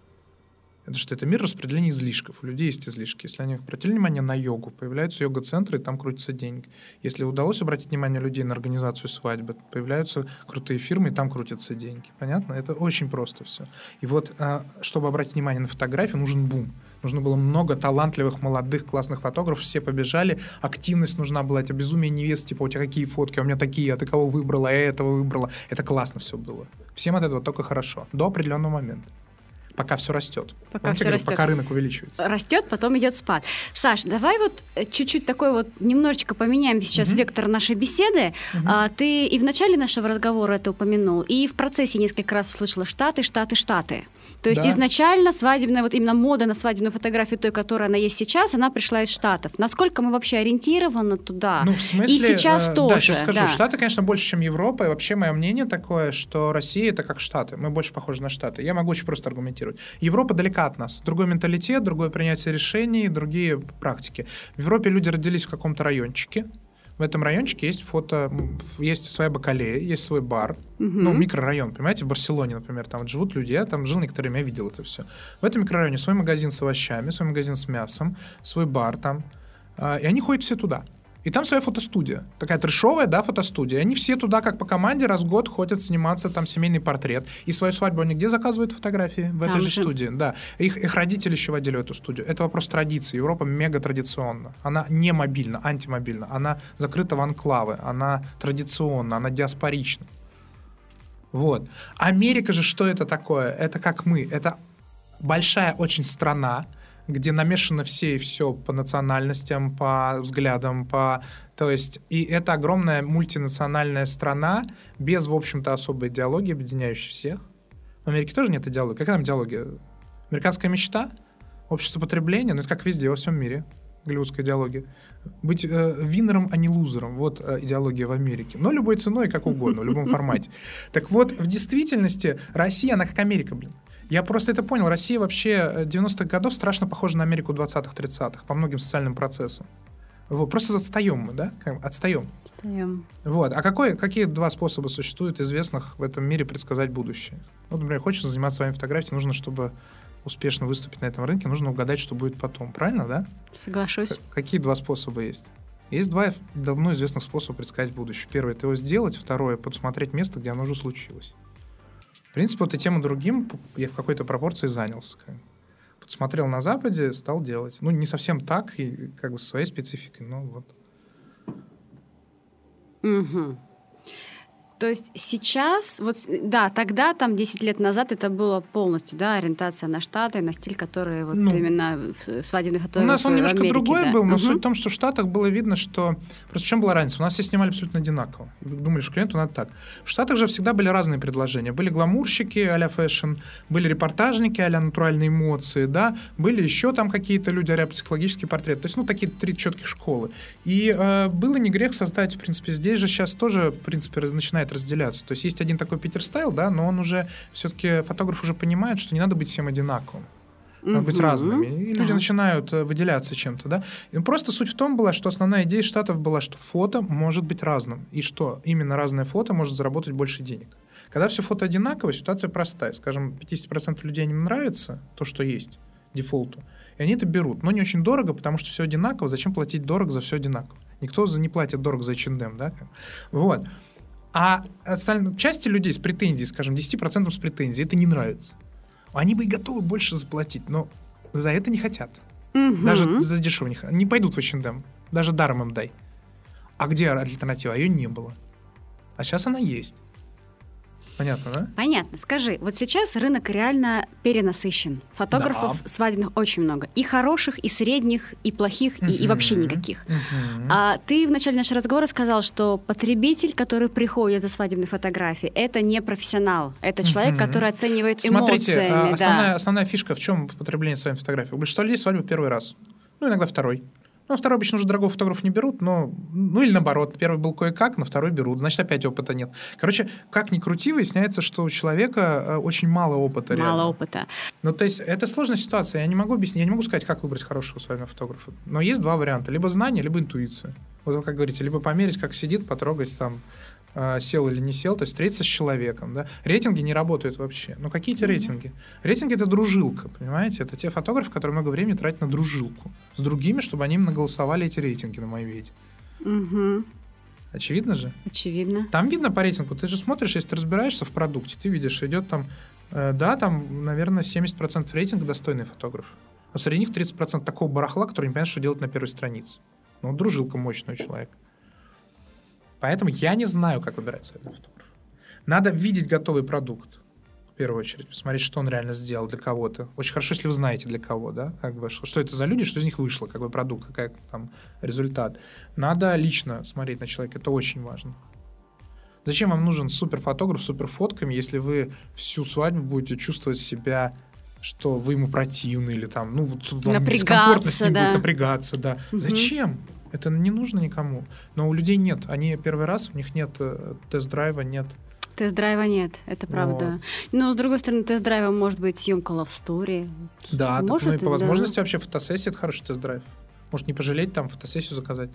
Это что? Это мир распределения излишков. У людей есть излишки. Если они обратили внимание на йогу, появляются йога-центры, и там крутятся деньги. Если удалось обратить внимание людей на организацию свадьбы, появляются крутые фирмы, и там крутятся деньги. Понятно? Это очень просто все. И вот, чтобы обратить внимание на фотографию, нужен бум. Нужно было много талантливых, молодых, классных фотографов. Все побежали. Активность нужна была. Это безумие невест. Типа, у тебя какие фотки? А у меня такие. А ты кого выбрала? Я этого выбрала. Это классно все было. Всем от этого только хорошо. До определенного момента. пока все растет. Пока все растет. Пока рынок увеличивается. Растет, потом идет спад. Саш, давай вот чуть-чуть такой вот немножечко поменяем сейчас вектор нашей беседы. Ты и в начале нашего разговора это упомянул, и в процессе несколько раз услышала Штаты. То есть изначально свадебная, вот именно мода на свадебную фотографию, той, которая она есть сейчас, она пришла из Штатов. Насколько мы вообще ориентированы туда? Ну, в смысле, и сейчас тоже. Да, сейчас скажу. Штаты, конечно, больше, чем Европа. И вообще мое мнение такое, что Россия — это как Штаты. Мы больше похожи на Штаты. Я могу очень просто аргументировать. Европа далека от нас. Другой менталитет, другое принятие решений, другие практики. В Европе люди родились в каком-то райончике. В этом райончике есть есть своя бакалея, есть свой бар, микрорайон, понимаете, в Барселоне, например, там вот живут люди, я там жил некоторое время, я видел это все. В этом микрорайоне свой магазин с овощами, свой магазин с мясом, свой бар там, и они ходят все туда. И там своя фотостудия, такая трэшовая, да, фотостудия. Они все туда, как по команде, раз в год ходят сниматься, там семейный портрет. И свою свадьбу они где заказывают фотографии? В этой же студии, да. Их родители еще водили в эту студию. Это вопрос традиции. Европа мега традиционна. Она не мобильна, антимобильна. Она закрыта в анклавы. Она традиционна, она диаспорична. Вот. Америка же что это такое? Это как мы. Это большая очень страна, где намешано все и все по национальностям, по взглядам, то есть и это огромная мультинациональная страна без, в общем-то, особой идеологии, объединяющей всех. В Америке тоже нет идеологии. Какая там идеология? Американская мечта? Общество потребления? Ну, это как везде, во всем мире. Голливудская идеология. Быть виннером, а не лузером. Вот идеология в Америке. Но любой ценой, как угодно, в любом формате. Так вот, в действительности Россия, она как Америка, блин. Я просто это понял. Россия вообще 90-х годов страшно похожа на Америку 20-х, 30-х по многим социальным процессам. Вот. Просто отстаем мы, да? Отстаем. Вот. А какие два способа существуют известных в этом мире предсказать будущее? Вот, например, хочешь заниматься своими фотографией, нужно, чтобы успешно выступить на этом рынке, нужно угадать, что будет потом. Правильно, да? Соглашусь. Какие два способа есть? Есть два давно известных способа предсказать будущее. Первое — это его сделать. Второе — посмотреть место, где оно уже случилось. В принципе, вот и тем, и другим я в какой-то пропорции занялся. Подсмотрел на Западе, стал делать. Ну, не совсем так, и как бы со своей спецификой, но вот. То есть сейчас, вот, да, тогда, там, 10 лет назад, это было полностью, да, ориентация на Штаты, на стиль, который вот именно в свадебной фотографии. У нас он немножко Америке, другой был, но суть в том, что в Штатах было видно, что... Просто в чем была разница? У нас все снимали абсолютно одинаково. Думали, что клиенту надо так. В Штатах же всегда были разные предложения. Были гламурщики а-ля фэшн, были репортажники а-ля натуральные эмоции, да, были еще там какие-то люди а-ля психологический портрет. То есть, такие 3 четких школы. И было не грех создать, в принципе, здесь же сейчас тоже, в принципе, начинает разделяться. То есть есть один такой Питер Стайл, да, но он уже все-таки, фотограф уже понимает, что не надо быть всем одинаковым. Надо быть разными. И люди начинают выделяться чем-то, да. И просто суть в том была, что основная идея Штатов была, что фото может быть разным. И что именно разное фото может заработать больше денег. Когда все фото одинаковое, ситуация простая. Скажем, 50% людей не нравится то, что есть, дефолту. И они это берут. Но не очень дорого, потому что все одинаково. Зачем платить дорого за все одинаково? Никто не платит дорого за H&M, да. Вот. А части людей с претензией, скажем, 10% с претензией, это не нравится. Они бы и готовы больше заплатить, но за это не хотят. Даже за дешево не пойдут в H&M. Даже даром им дай. А где альтернатива? Ее не было. А сейчас она есть. Понятно, да? Понятно. Скажи, вот сейчас рынок реально перенасыщен. Фотографов свадебных очень много. И хороших, и средних, и плохих, и вообще никаких. А ты в начале нашего разговора сказал, что потребитель, который приходит за свадебной фотографией, это не профессионал. Это человек, который оценивает эмоциями. Смотрите, основная фишка в чем в потреблении свадебной фотографии? У большинства людей свадьба первый раз. Иногда второй. Второй обычно уже дорогого фотографа не берут, но... или наоборот, первый был кое-как, на второй берут, значит, опять опыта нет. Короче, как ни крути, выясняется, что у человека очень мало опыта. Мало опыта. То есть, это сложная ситуация, я не могу объяснить, я не могу сказать, как выбрать хорошего свадебного фотографа. Но есть два варианта, либо знание, либо интуиция. Вот как говорите, либо померить, как сидит, потрогать там, сел или не сел, то есть встретиться с человеком. Да? Рейтинги не работают вообще. Но какие эти рейтинги? Рейтинги — это дружилка, понимаете? Это те фотографы, которые много времени тратят на дружилку с другими, чтобы они им наголосовали эти рейтинги на моем виде. Очевидно же? Очевидно. Там видно по рейтингу. Ты же смотришь, если ты разбираешься в продукте, ты видишь, идет там, там, наверное, 70% рейтинга достойный фотограф. А среди них 30% такого барахла, который не понимает, что делать на первой странице. Дружилка мощный человек. Поэтому я не знаю, как выбирать свадебный фотограф. Надо видеть готовый продукт. первую очередь, посмотреть, что он реально сделал для кого-то. Очень хорошо, если вы знаете, для кого, да, как бы, что это за люди, что из них вышло, какой продукт, какой там результат. Надо лично смотреть на человека, это очень важно. Зачем вам нужен суперфотограф с суперфотками, если вы всю свадьбу будете чувствовать себя, что вы ему противны, или там, ну, вам дискомфортно с ним будет напрягаться, да. Зачем? Это не нужно никому. Но у людей нет, они первый раз, у них нет тест-драйва, нет. Тест-драйва нет, это правда. Вот. Но, с другой стороны, тест-драйва может быть съемка love story. Да, может, так, ну и по возможности вообще фотосессия — это хороший тест-драйв. Может, не пожалеть там фотосессию заказать.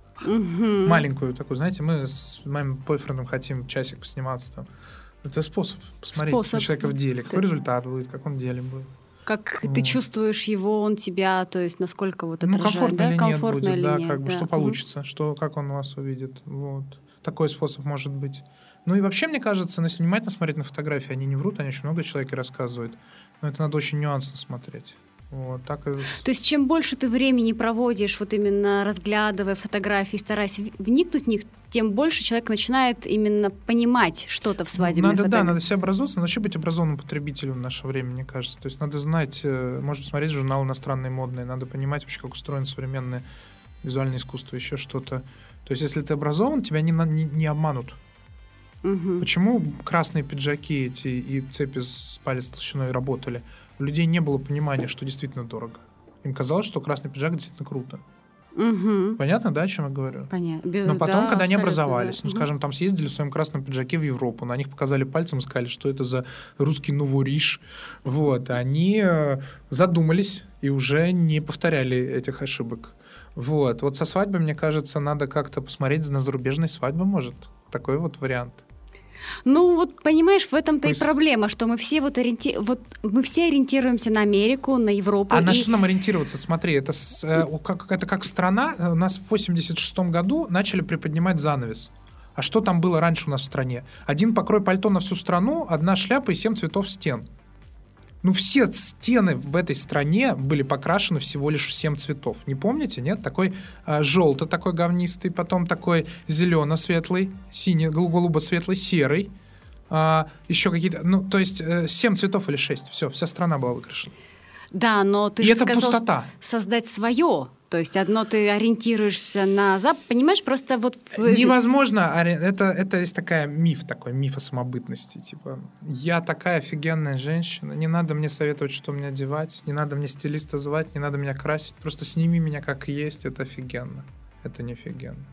Маленькую такую, знаете, мы с моим бойфрендом хотим часик посниматься там. Это способ посмотреть на человека в деле. Какой результат будет, как он в деле будет. Как ты чувствуешь его, он тебя, то есть насколько вот отражает, комфортно да? Или Комфортно нет будет, или да, нет, как бы, да. что получится, как он вас увидит. Вот. Такой способ может быть. Ну и вообще, мне кажется, если внимательно смотреть на фотографии, они не врут, они очень много человек рассказывают. Но это надо очень нюансно смотреть. Вот, так и... То есть чем больше ты времени проводишь, вот именно разглядывая фотографии, стараясь вникнуть в них, тем больше человек начинает именно понимать что-то в свадебной фотографии. Да, надо себя образоваться, надо вообще быть образованным потребителем в наше время, мне кажется. То есть надо знать, может смотреть журналы иностранные, модные, надо понимать вообще, как устроено современное визуальное искусство, еще что-то. То есть если ты образован, тебя не обманут. Почему красные пиджаки эти и цепи с палец толщиной работали? У людей не было понимания, что действительно дорого. Им казалось, что красный пиджак действительно круто. Понятно, да, о чем я говорю? Понятно. Но потом, да, когда они образовались, да. скажем, там съездили в своем красном пиджаке в Европу, на них показали пальцем и сказали, что это за русский новориш. Вот. Они задумались и уже не повторяли этих ошибок. Вот со свадьбой, мне кажется, надо как-то посмотреть на зарубежные свадьбы, может. Такой вот вариант. Ну, вот понимаешь, в этом-то и проблема, что мы все мы все ориентируемся на Америку, на Европу. На что нам ориентироваться? Смотри, это как страна. У нас в 86-м году начали приподнимать занавес. А что там было раньше у нас в стране? Один покрой пальто на всю страну, одна шляпа и 7 цветов стен. Ну, все стены в этой стране были покрашены всего лишь в 7 цветов. Не помните, нет? Такой желтый, такой говнистый, потом такой зелено-светлый, синий, голубо-светлый, серый. Еще какие-то... Ну, то есть 7 цветов или 6. Все, вся страна была выкрашена. Да, но ты же сказал, пустота. Создать свое. То есть одно ты ориентируешься на Запад, понимаешь, просто вот... Невозможно, это есть миф о самобытности. Типа, я такая офигенная женщина, не надо мне советовать, что мне одевать, не надо мне стилиста звать, не надо меня красить, просто сними меня как есть, это офигенно. Это не офигенно.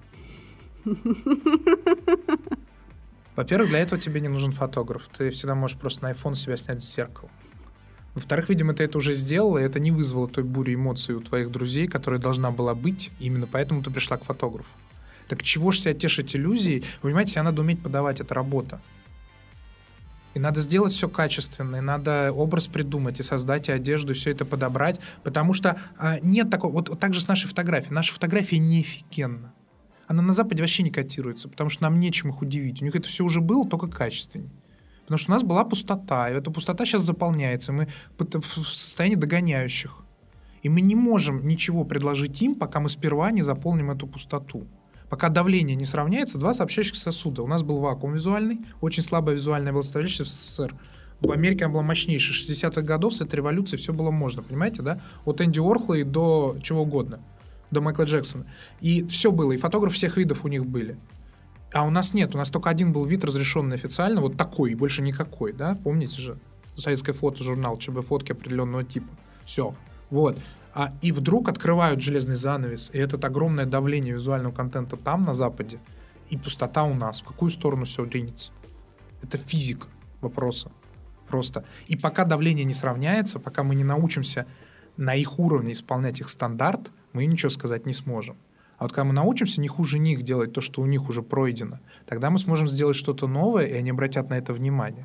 Во-первых, для этого тебе не нужен фотограф. Ты всегда можешь просто на iPhone себя снять в зеркало. Во-вторых, видимо, ты это уже сделала, и это не вызвало той бури эмоций у твоих друзей, которая должна была быть, и именно поэтому ты пришла к фотографу. Так чего ж себя тешить иллюзией? Вы понимаете, себя надо уметь подавать, это работа. И надо сделать все качественно, и надо образ придумать, и создать, и одежду, и все это подобрать, потому что нет такого... Вот так же с нашей фотографией. Наша фотография не офигенна. Она на Западе вообще не котируется, потому что нам нечем их удивить. У них это все уже было, только качественнее. Потому что у нас была пустота, и эта пустота сейчас заполняется, мы в состоянии догоняющих. И мы не можем ничего предложить им, пока мы сперва не заполним эту пустоту. Пока давление не сравняется, два сообщающих сосуда. У нас был вакуум визуальный, очень слабая визуальная властоявляющая в СССР. В Америке она была мощнейшая. 60-х годов с этой революции все было можно, понимаете, да? От Энди Уорхола и до чего угодно, до Майкла Джексона. И все было, и фотографы всех видов у них были. А у нас нет, у нас только один был вид разрешенный официально, вот такой, и больше никакой, да? Помните же? Советское фото, журнал, ЧБ фотки определенного типа. Все, вот. И вдруг открывают железный занавес, и это огромное давление визуального контента там, на Западе, и пустота у нас. В какую сторону все двинется? Это физика вопроса. Просто. И пока давление не сравняется, пока мы не научимся на их уровне исполнять их стандарт, мы ничего сказать не сможем. А вот когда мы научимся не хуже них делать то, что у них уже пройдено, тогда мы сможем сделать что-то новое, и они обратят на это внимание.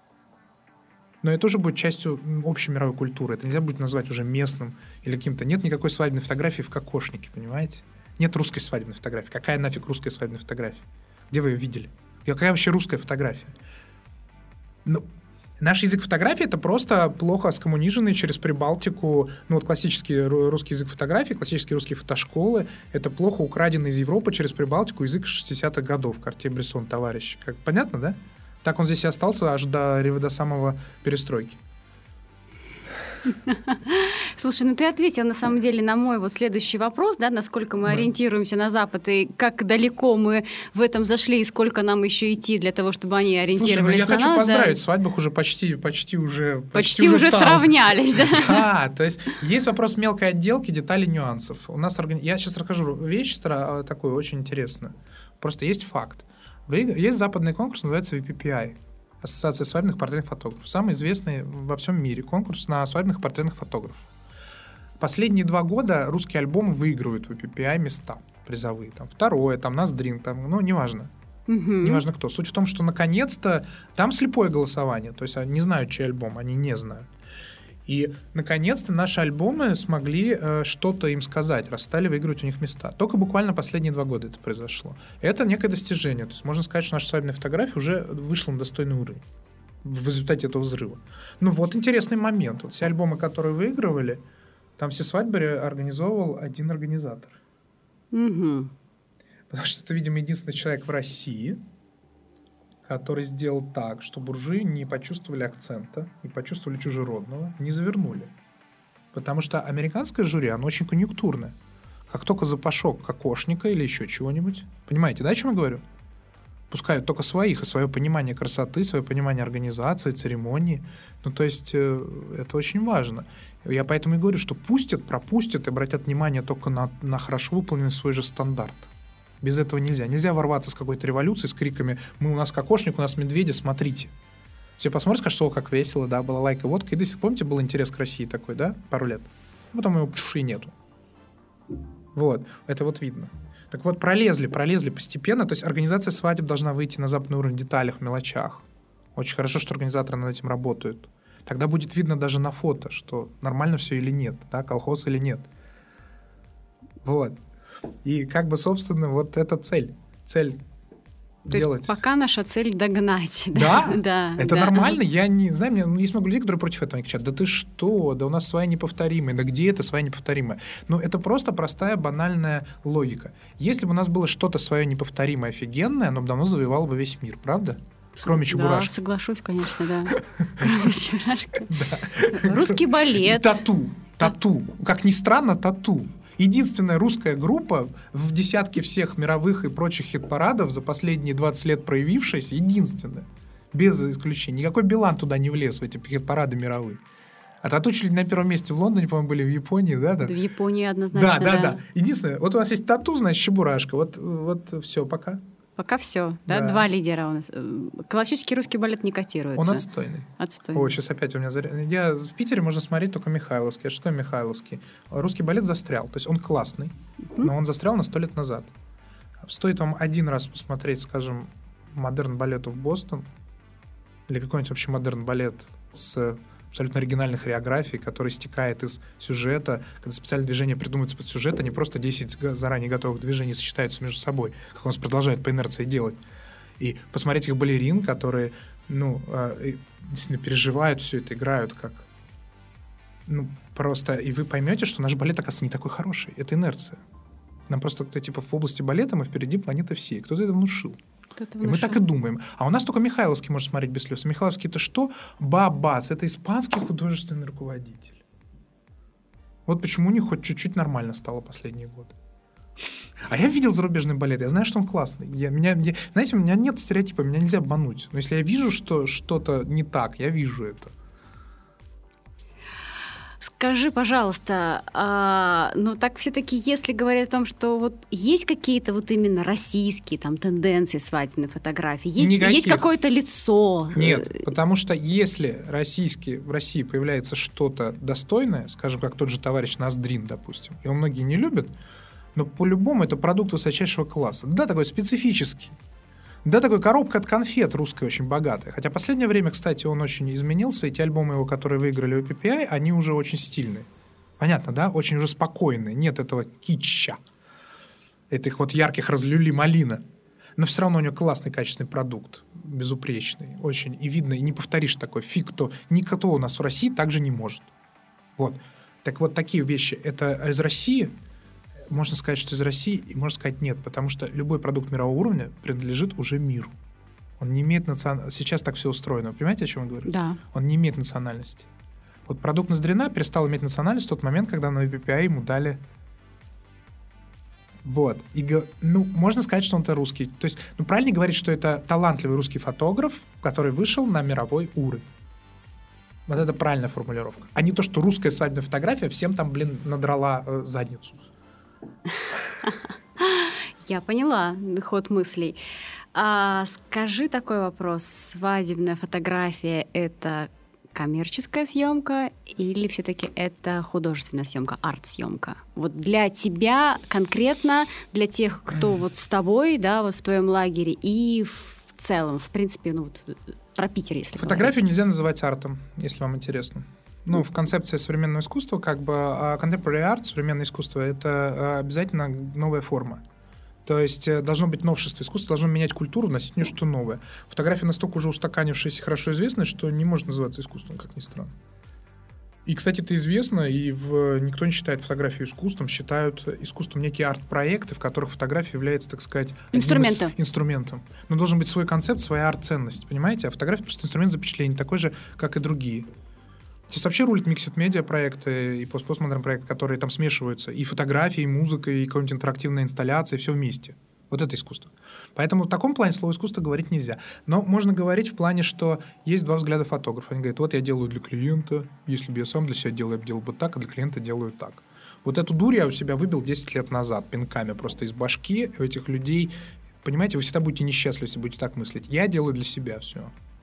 Но это тоже будет частью общей мировой культуры. Это нельзя будет назвать уже местным или каким-то. Нет никакой свадебной фотографии в кокошнике, понимаете? Нет русской свадебной фотографии. Какая нафиг русская свадебная фотография? Где вы ее видели? Какая вообще русская фотография? Ну, наш язык фотографии — это просто плохо скоммуниженный через Прибалтику. Ну вот классический русский язык фотографии, классические русские фотошколы — это плохо украденный из Европы через Прибалтику язык 60-х годов. Картье-Брессон, товарищи. Понятно, да? Так он здесь и остался аж до самого перестройки. Слушай, ну ты ответил на самом деле на мой вот следующий вопрос, да, насколько мы ориентируемся на Запад и как далеко мы в этом зашли и сколько нам еще идти для того, чтобы они ориентировались. Слушай, ну я хочу поздравить, в свадьбах уже почти уже сравнялись, да? Да, то есть есть вопрос мелкой отделки, деталей, нюансов. У нас я сейчас расскажу вещь такую очень интересную. Просто есть факт. Есть западный конкурс, называется VPPI. Ассоциация свадебных портретных фотографов. Самый известный во всем мире конкурс на свадебных портретных фотографов. Последние 2 года русские альбомы выигрывают в VPPI места призовые. Там второе, там Ноздрин, там, ну, неважно. Неважно кто. Суть в том, что наконец-то там слепое голосование. То есть они не знают, чей альбом, они не знают. И, наконец-то, наши альбомы смогли что-то им сказать, раз стали выигрывать у них места. Только буквально последние 2 года это произошло. Это некое достижение. То есть можно сказать, что наша свадебная фотография уже вышла на достойный уровень в результате этого взрыва. Ну вот интересный момент. Вот все альбомы, которые выигрывали, там все свадьбы организовывал один организатор. Потому что это, видимо, единственный человек в России, который сделал так, что буржуи не почувствовали акцента, не почувствовали чужеродного, не завернули. Потому что американское жюри, оно очень конъюнктурное. Как только запашок кокошника или еще чего-нибудь, понимаете, да, о чем я говорю? Пускают только своих, и свое понимание красоты, свое понимание организации, церемонии. Ну, то есть это очень важно. Я поэтому и говорю, что пропустят и обратят внимание только на хорошо выполненный свой же стандарт. Без этого нельзя. Нельзя ворваться с какой-то революцией, с криками «Мы, у нас кокошник, у нас медведи, смотрите». Все посмотрят, скажут, что как весело, да, была лайка, водка. И до сих пор, помните, был интерес к России такой, да, пару лет? Потом его и нету. Вот, это вот видно. Так вот, пролезли постепенно. То есть организация свадеб должна выйти на западный уровень в деталях, в мелочах. Очень хорошо, что организаторы над этим работают. Тогда будет видно даже на фото, что нормально все или нет, да, колхоз или нет. Вот. И как бы, собственно, вот эта цель. Цель то делать. Есть пока наша цель догнать. Да? Да. Это нормально? Я не знаю, есть много людей, которые против этого кричат. Да ты что? Да у нас своя неповторимая. Да где это своя неповторимая? Ну, это просто простая, банальная логика. Если бы у нас было что-то свое неповторимое, офигенное, оно бы давно завоевало бы весь мир, правда? Кроме Чебурашки. Да, соглашусь, конечно, да. Кроме Чебурашки. Русский балет. И тату. Как ни странно, тату. Единственная русская группа в десятке всех мировых и прочих хит-парадов за последние 20 лет проявившаяся, единственная, без исключения. Никакой Билан туда не влез, в эти хит-парады мировые. А тату чуть ли не на первом месте в Лондоне, по-моему, были в Японии, да? В Японии однозначно, да. Единственное, вот у нас есть тату, значит, Чебурашка. Вот все, пока. Пока все, да? 2 лидера у нас. Классический русский балет не котируется. Он отстойный. Ой, сейчас опять у меня... В Питере можно смотреть только Михайловский. А что такое Михайловский? Русский балет застрял. То есть он классный, но он застрял на 100 лет назад. Стоит вам один раз посмотреть, скажем, модерн балету в Бостон или какой-нибудь вообще модерн балет с абсолютно оригинальной хореографией, который стекает из сюжета, когда специальные движения придумываются под сюжет, а не просто 10 заранее готовых движений сочетаются между собой, как у нас продолжают по инерции делать. И посмотреть их балерин, которые, действительно переживают все это, играют как... просто... И вы поймете, что наш балет, оказывается, не такой хороший. Это инерция. Нам просто типа в области балета мы впереди планеты всей. Кто-то это внушил. И мы так и думаем. А у нас только Михайловский может смотреть без слез. Михайловский — это что? Бабац. Это испанский художественный руководитель. Вот почему у них хоть чуть-чуть нормально стало последние годы. А я видел зарубежный балет. Я знаю, что он классный. Знаете, у меня нет стереотипа, меня нельзя обмануть. Но если я вижу, что что-то не так, я вижу это. Скажи, пожалуйста, так все-таки, если говорить о том, что вот есть какие-то вот именно российские там тенденции свадебной фотографии, есть какое-то лицо? Нет, потому что если в России появляется что-то достойное, скажем, как тот же товарищ Ноздрин, допустим, его многие не любят, но по-любому это продукт высочайшего класса. Да, такой специфический. Да, такой коробка от конфет русская очень богатая. Хотя в последнее время, кстати, он очень изменился. И те альбомы его, которые выиграли в PPI, они уже очень стильные. Понятно, да? Очень уже спокойные. Нет этого китча. Этих вот ярких разлюли-малина. Но все равно у него классный, качественный продукт. Безупречный. Очень. И видно, и не повторишь такой фиг, никто у нас в России так же не может. Вот. Так вот, такие вещи. Это из России... Можно сказать, что из России, и можно сказать нет, потому что любой продукт мирового уровня принадлежит уже миру. Он не имеет Сейчас так все устроено. Вы понимаете, о чем я говорю? Да. Он не имеет национальности. Вот продукт Ноздрина перестал иметь национальность в тот момент, когда на VPI ему дали... Вот. И, можно сказать, что он это русский. То есть, правильно говорить, что это талантливый русский фотограф, который вышел на мировой уровень. Вот это правильная формулировка. А не то, что русская свадебная фотография всем там, надрала задницу. Я поняла ход мыслей. Скажи такой вопрос. Свадебная фотография — это коммерческая съемка или все-таки это художественная съемка, арт-съемка? Вот для тебя конкретно, для тех, кто вот с тобой, да, вот в твоем лагере и в целом, в принципе, про Питер, если фотографию говорить. Нельзя называть артом, если вам интересно. В концепции современного искусства, contemporary art, современное искусство, это обязательно новая форма. То есть должно быть новшество. Искусство должно менять культуру, вносить в нее что-то новое. Фотография настолько уже устаканившаяся и хорошо известная, что не может называться искусством, как ни странно. И, кстати, это известно, и никто не считает фотографию искусством, считают искусством некие арт-проекты, в которых фотография является, так сказать, инструментом. Но должен быть свой концепт, своя арт-ценность, понимаете? А фотография просто инструмент запечатления, такой же, как и другие. Сейчас вообще рулит миксед-медиа проекты и постмодерн проекты, которые там смешиваются. И фотографии, и музыка, и какая-нибудь интерактивная инсталляция, все вместе. Вот это искусство. Поэтому в таком плане слово искусство говорить нельзя. Но можно говорить в плане, что есть два взгляда фотографа. Они говорят, вот я делаю для клиента, если бы я сам для себя делал, я бы делал бы так, а для клиента делаю так. Вот эту дурь я у себя выбил 10 лет назад пинками просто из башки у этих людей. Понимаете, вы всегда будете несчастливы, если будете так мыслить. Я делаю для себя все.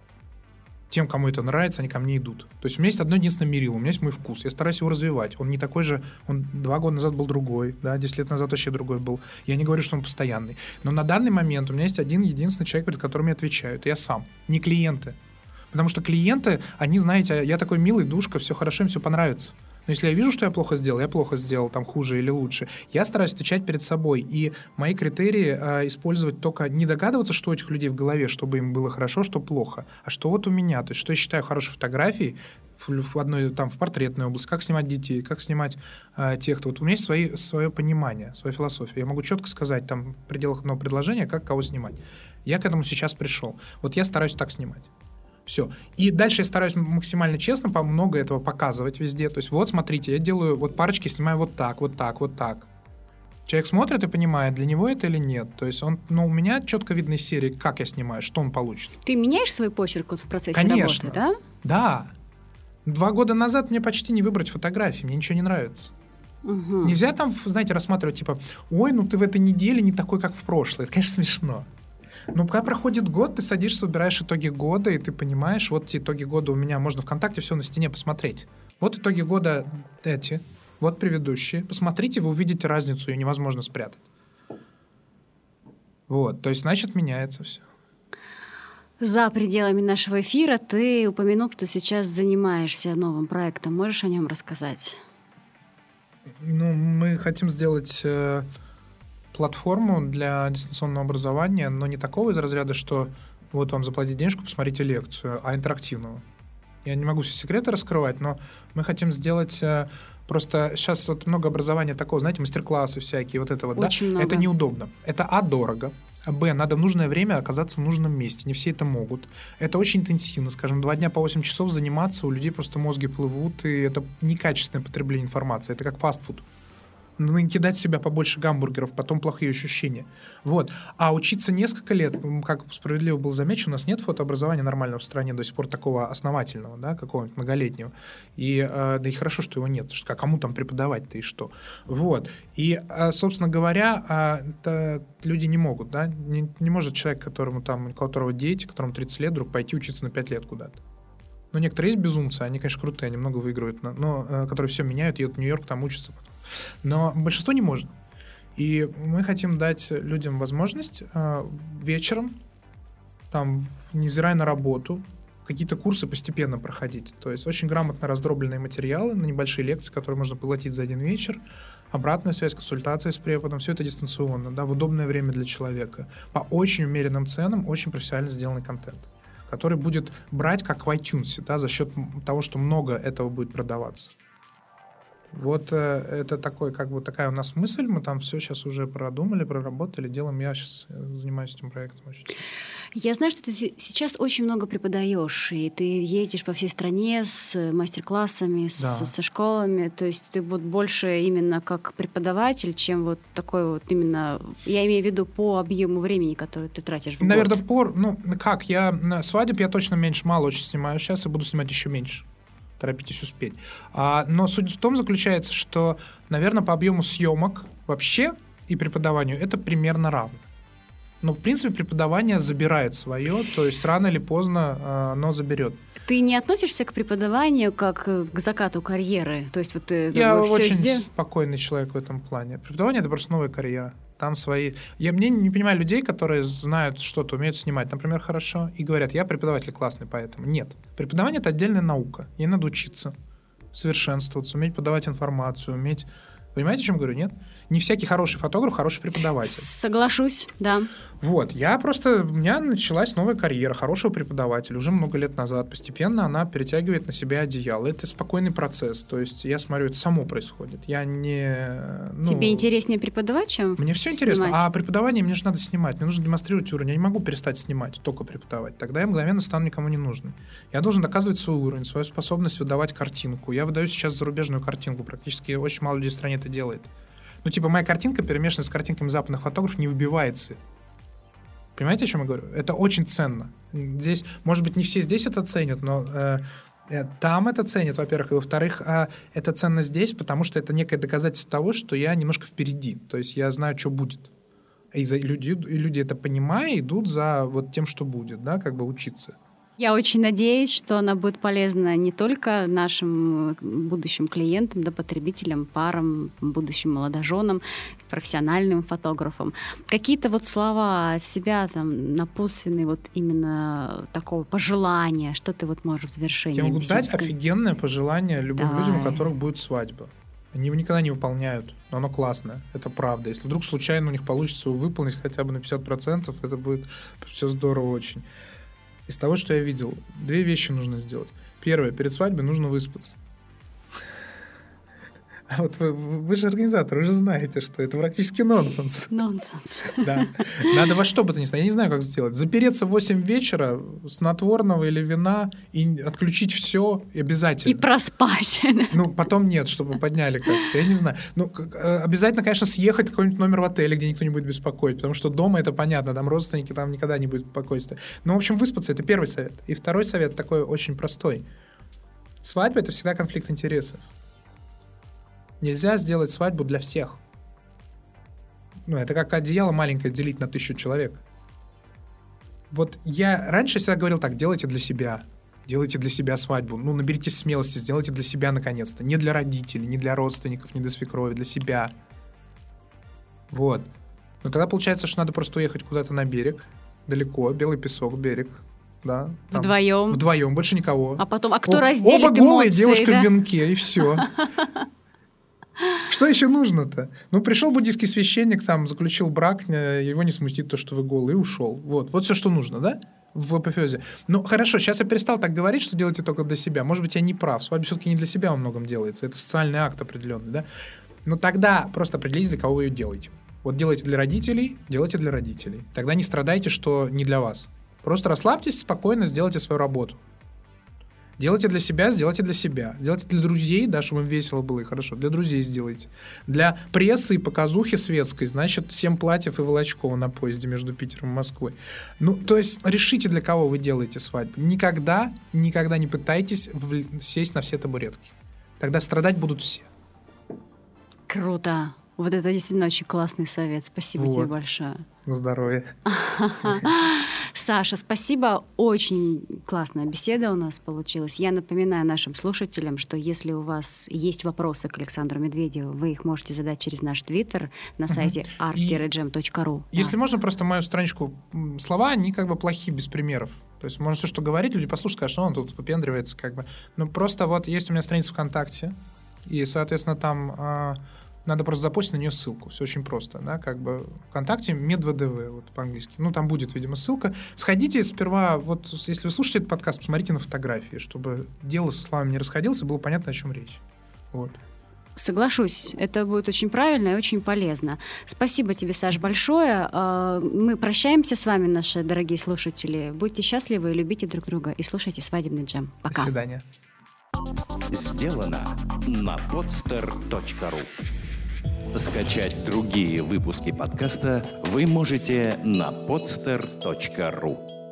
Тем, кому это нравится, они ко мне идут. То есть у меня есть одно единственное мерило, у меня есть мой вкус. Я стараюсь его развивать. Он не такой же, он 2 года назад был другой, да, 10 лет назад вообще другой был. Я не говорю, что он постоянный. Но на данный момент у меня есть один единственный человек, перед которым я отвечаю. Это я сам, не клиенты. Потому что клиенты, они, знаете, я такой милый, душка, все хорошо, им все понравится. Но если я вижу, что я плохо сделал, там хуже или лучше, я стараюсь отвечать перед собой. И мои критерии использовать только не догадываться, что у этих людей в голове, чтобы им было хорошо, что плохо, а что вот у меня. То есть, что я считаю хорошей фотографией в одной, там, в портретной области, как снимать детей, как снимать тех, кто... Вот у меня есть свое понимание, своя философия. Я могу четко сказать там в пределах одного предложения, как кого снимать. Я к этому сейчас пришел. Вот я стараюсь так снимать. Все. И дальше я стараюсь максимально честно много этого показывать везде. То есть вот, смотрите, я делаю, вот парочки снимаю вот так, вот так, вот так. Человек смотрит и понимает, для него это или нет. То есть у меня четко видно из серии, как я снимаю, что он получит. Ты меняешь свой почерк в процессе Конечно. работы, да? Да. 2 года назад мне почти не выбрать фотографии, мне ничего не нравится. Угу. Нельзя там, знаете, рассматривать, типа, ой, ты в этой неделе не такой, как в прошлой. Это, конечно, смешно. Но пока проходит год, ты садишься, собираешь итоги года, и ты понимаешь, вот эти итоги года у меня, можно ВКонтакте все на стене посмотреть. Вот итоги года эти, вот предыдущие. Посмотрите, вы увидите разницу, ее невозможно спрятать. Вот, то есть, значит, меняется все. За пределами нашего эфира ты упомянул, что сейчас занимаешься новым проектом. Можешь о нем рассказать? Мы хотим сделать... платформу для дистанционного образования, но не такого из разряда, что вот вам заплатить денежку, посмотрите лекцию, а интерактивного. Я не могу все секреты раскрывать, но мы хотим сделать... Просто сейчас вот много образования такого, знаете, мастер-классы всякие, вот это вот, очень да? Много. Это неудобно. Это дорого. Надо в нужное время оказаться в нужном месте. Не все это могут. Это очень интенсивно, скажем, 2 дня по 8 часов заниматься, у людей просто мозги плывут, и это некачественное потребление информации. Это как фастфуд. Кидать в себя побольше гамбургеров, потом плохие ощущения. Вот. А учиться несколько лет, как справедливо было замечено, у нас нет фотообразования нормального в стране до сих пор такого основательного, да, какого-нибудь многолетнего. Да и хорошо, что его нет, потому что кому там преподавать-то и что. Вот. И, собственно говоря, люди не могут, да, не может человек, у которого дети, которому 30 лет, вдруг пойти учиться на 5 лет куда-то. Некоторые есть безумцы, они, конечно, крутые, они много выигрывают, но которые все меняют, едут в Нью-Йорк, там учатся потом. Но большинство не может. И мы хотим дать людям возможность вечером, там, невзирая на работу, какие-то курсы постепенно проходить. То есть очень грамотно раздробленные материалы на небольшие лекции, которые можно поглотить за один вечер, обратная связь, консультация с преподом, все это дистанционно, да, в удобное время для человека. По очень умеренным ценам, очень профессионально сделанный контент, который будет брать как в iTunes, да, за счет того, что много этого будет продаваться. Вот это такая у нас мысль, мы там все сейчас уже продумали, проработали, делаем. Я сейчас занимаюсь этим проектом очень. Я знаю, что ты сейчас очень много преподаешь, и ты ездишь по всей стране с мастер-классами, со школами. То есть ты вот больше именно как преподаватель, чем вот такой вот именно... Я имею в виду по объему времени, который ты тратишь в год. Наверное, я свадеб я точно мало очень снимаю сейчас, и буду снимать еще меньше. Торопитесь успеть. Но суть в том заключается, что, наверное, по объему съемок вообще и преподаванию это примерно равно. Но, в принципе, преподавание забирает свое, то есть рано или поздно оно заберет. Ты не относишься к преподаванию как к закату карьеры? То есть вот ты я очень спокойный человек в этом плане. Преподавание — это просто новая карьера. Там свои... Я не понимаю людей, которые знают что-то, умеют снимать, например, хорошо, и говорят, я преподаватель классный, поэтому. Нет. Преподавание — это отдельная наука. Ей надо учиться, совершенствоваться, уметь подавать информацию, уметь... Понимаете, о чем говорю? Нет? Не всякий хороший фотограф хороший преподаватель. Соглашусь, да. Вот. У меня началась новая карьера хорошего преподавателя уже много лет назад. Постепенно она перетягивает на себя одеяло. Это спокойный процесс. То есть я смотрю, это само происходит. Я не... Тебе интереснее преподавать, чем Мне все интересно. А преподавание мне же надо снимать. Мне нужно демонстрировать уровень. Я не могу перестать снимать, только преподавать. Тогда я мгновенно стану никому не нужным. Я должен доказывать свой уровень, свою способность выдавать картинку. Я выдаю сейчас зарубежную картинку. Практически очень мало людей в стране это делает. Моя картинка, перемешанная с картинками западных фотографов, не выбивается. Понимаете, о чем я говорю? Это очень ценно. Здесь, может быть, не все здесь это ценят, но там это ценят, во-первых. И, во-вторых, это ценно здесь, потому что это некое доказательство того, что я немножко впереди. То есть я знаю, что будет. И люди это понимая, идут за вот тем, что будет, да, учиться. Я очень надеюсь, что она будет полезна не только нашим будущим клиентам, да, потребителям, парам, будущим молодоженам, профессиональным фотографам. Какие-то вот слова от себя там напутственные, вот именно такого пожелания, что ты вот можешь в завершении? Я могу дать офигенное пожелание любым людям, у которых будет свадьба. Они его никогда не выполняют, но оно классное, это правда. Если вдруг случайно у них получится его выполнить хотя бы на 50%, это будет все здорово очень. Из того, что я видел, 2 вещи нужно сделать. Первое, перед свадьбой нужно выспаться. А вот вы же организатор, вы же знаете, что это практически нонсенс. Нонсенс. Да. Надо во что бы то ни стало, я не знаю, как сделать. Запереться в 8 вечера, снотворного или вина, и отключить все обязательно. И проспать. Потом нет, чтобы подняли как-то. Я не знаю. Обязательно, конечно, съехать в какой-нибудь номер в отеле, где никто не будет беспокоить, потому что дома это понятно, там родственники, там никогда не будет спокойствия. В общем, выспаться — это первый совет. И второй совет такой очень простой. Свадьба — это всегда конфликт интересов. Нельзя сделать свадьбу для всех. Это как одеяло маленькое делить на 1000 человек. Вот я раньше всегда говорил так: делайте для себя. Делайте для себя свадьбу. Наберитесь смелости, сделайте для себя наконец-то. Не для родителей, не для родственников, не для свекрови, для себя. Вот. Но тогда получается, что надо просто уехать куда-то на берег, далеко, белый песок, берег. Да, Вдвоем, больше никого. А потом, кто разделит эмоции? Оба голые, девушка в венке, и все. Что еще нужно-то? Пришел буддийский священник, заключил брак, его не смутит то, что вы голые, и ушел. Вот все, что нужно, да? В апофеозе. Хорошо, сейчас я перестал так говорить, что делайте только для себя. Может быть, я не прав. Свадьба все-таки не для себя во многом делается. Это социальный акт определенный, да? Тогда просто определитесь, для кого вы ее делаете. Вот делайте для родителей, делайте для родителей. Тогда не страдайте, что не для вас. Просто расслабьтесь, спокойно сделайте свою работу. Делайте для себя, сделайте для себя. Делайте для друзей, да, чтобы им весело было и хорошо. Для друзей сделайте. Для прессы и показухи светской, значит, 7 платьев и Волочкова на поезде между Питером и Москвой. То есть решите, для кого вы делаете свадьбу. Никогда не пытайтесь сесть на все табуретки. Тогда страдать будут все. Круто. Вот это действительно очень классный совет. Спасибо тебе большое. На здоровье. Саша, спасибо. Очень классная беседа у нас получилась. Я напоминаю нашим слушателям, что если у вас есть вопросы к Александру Медведеву, вы их можете задать через наш твиттер на сайте art-gem.ru. Если можно, просто мою страничку слова, они плохие, без примеров. То есть можно все, что говорить, люди послушают, скажут, что он тут выпендривается. Просто вот есть у меня страница ВКонтакте, и, соответственно, там... Надо просто запостить на нее ссылку. Все очень просто. Да? ВКонтакте MedVDV, вот по-английски. Там будет, видимо, ссылка. Сходите сперва, вот если вы слушаете этот подкаст, посмотрите на фотографии, чтобы дело со словами не расходилось, и было понятно, о чем речь. Вот. Соглашусь, это будет очень правильно и очень полезно. Спасибо тебе, Саш, большое. Мы прощаемся с вами, наши дорогие слушатели. Будьте счастливы, любите друг друга и слушайте «Свадебный джем». Пока. До свидания. Сделано на podster.ru. Скачать другие выпуски подкаста вы можете на podster.ru.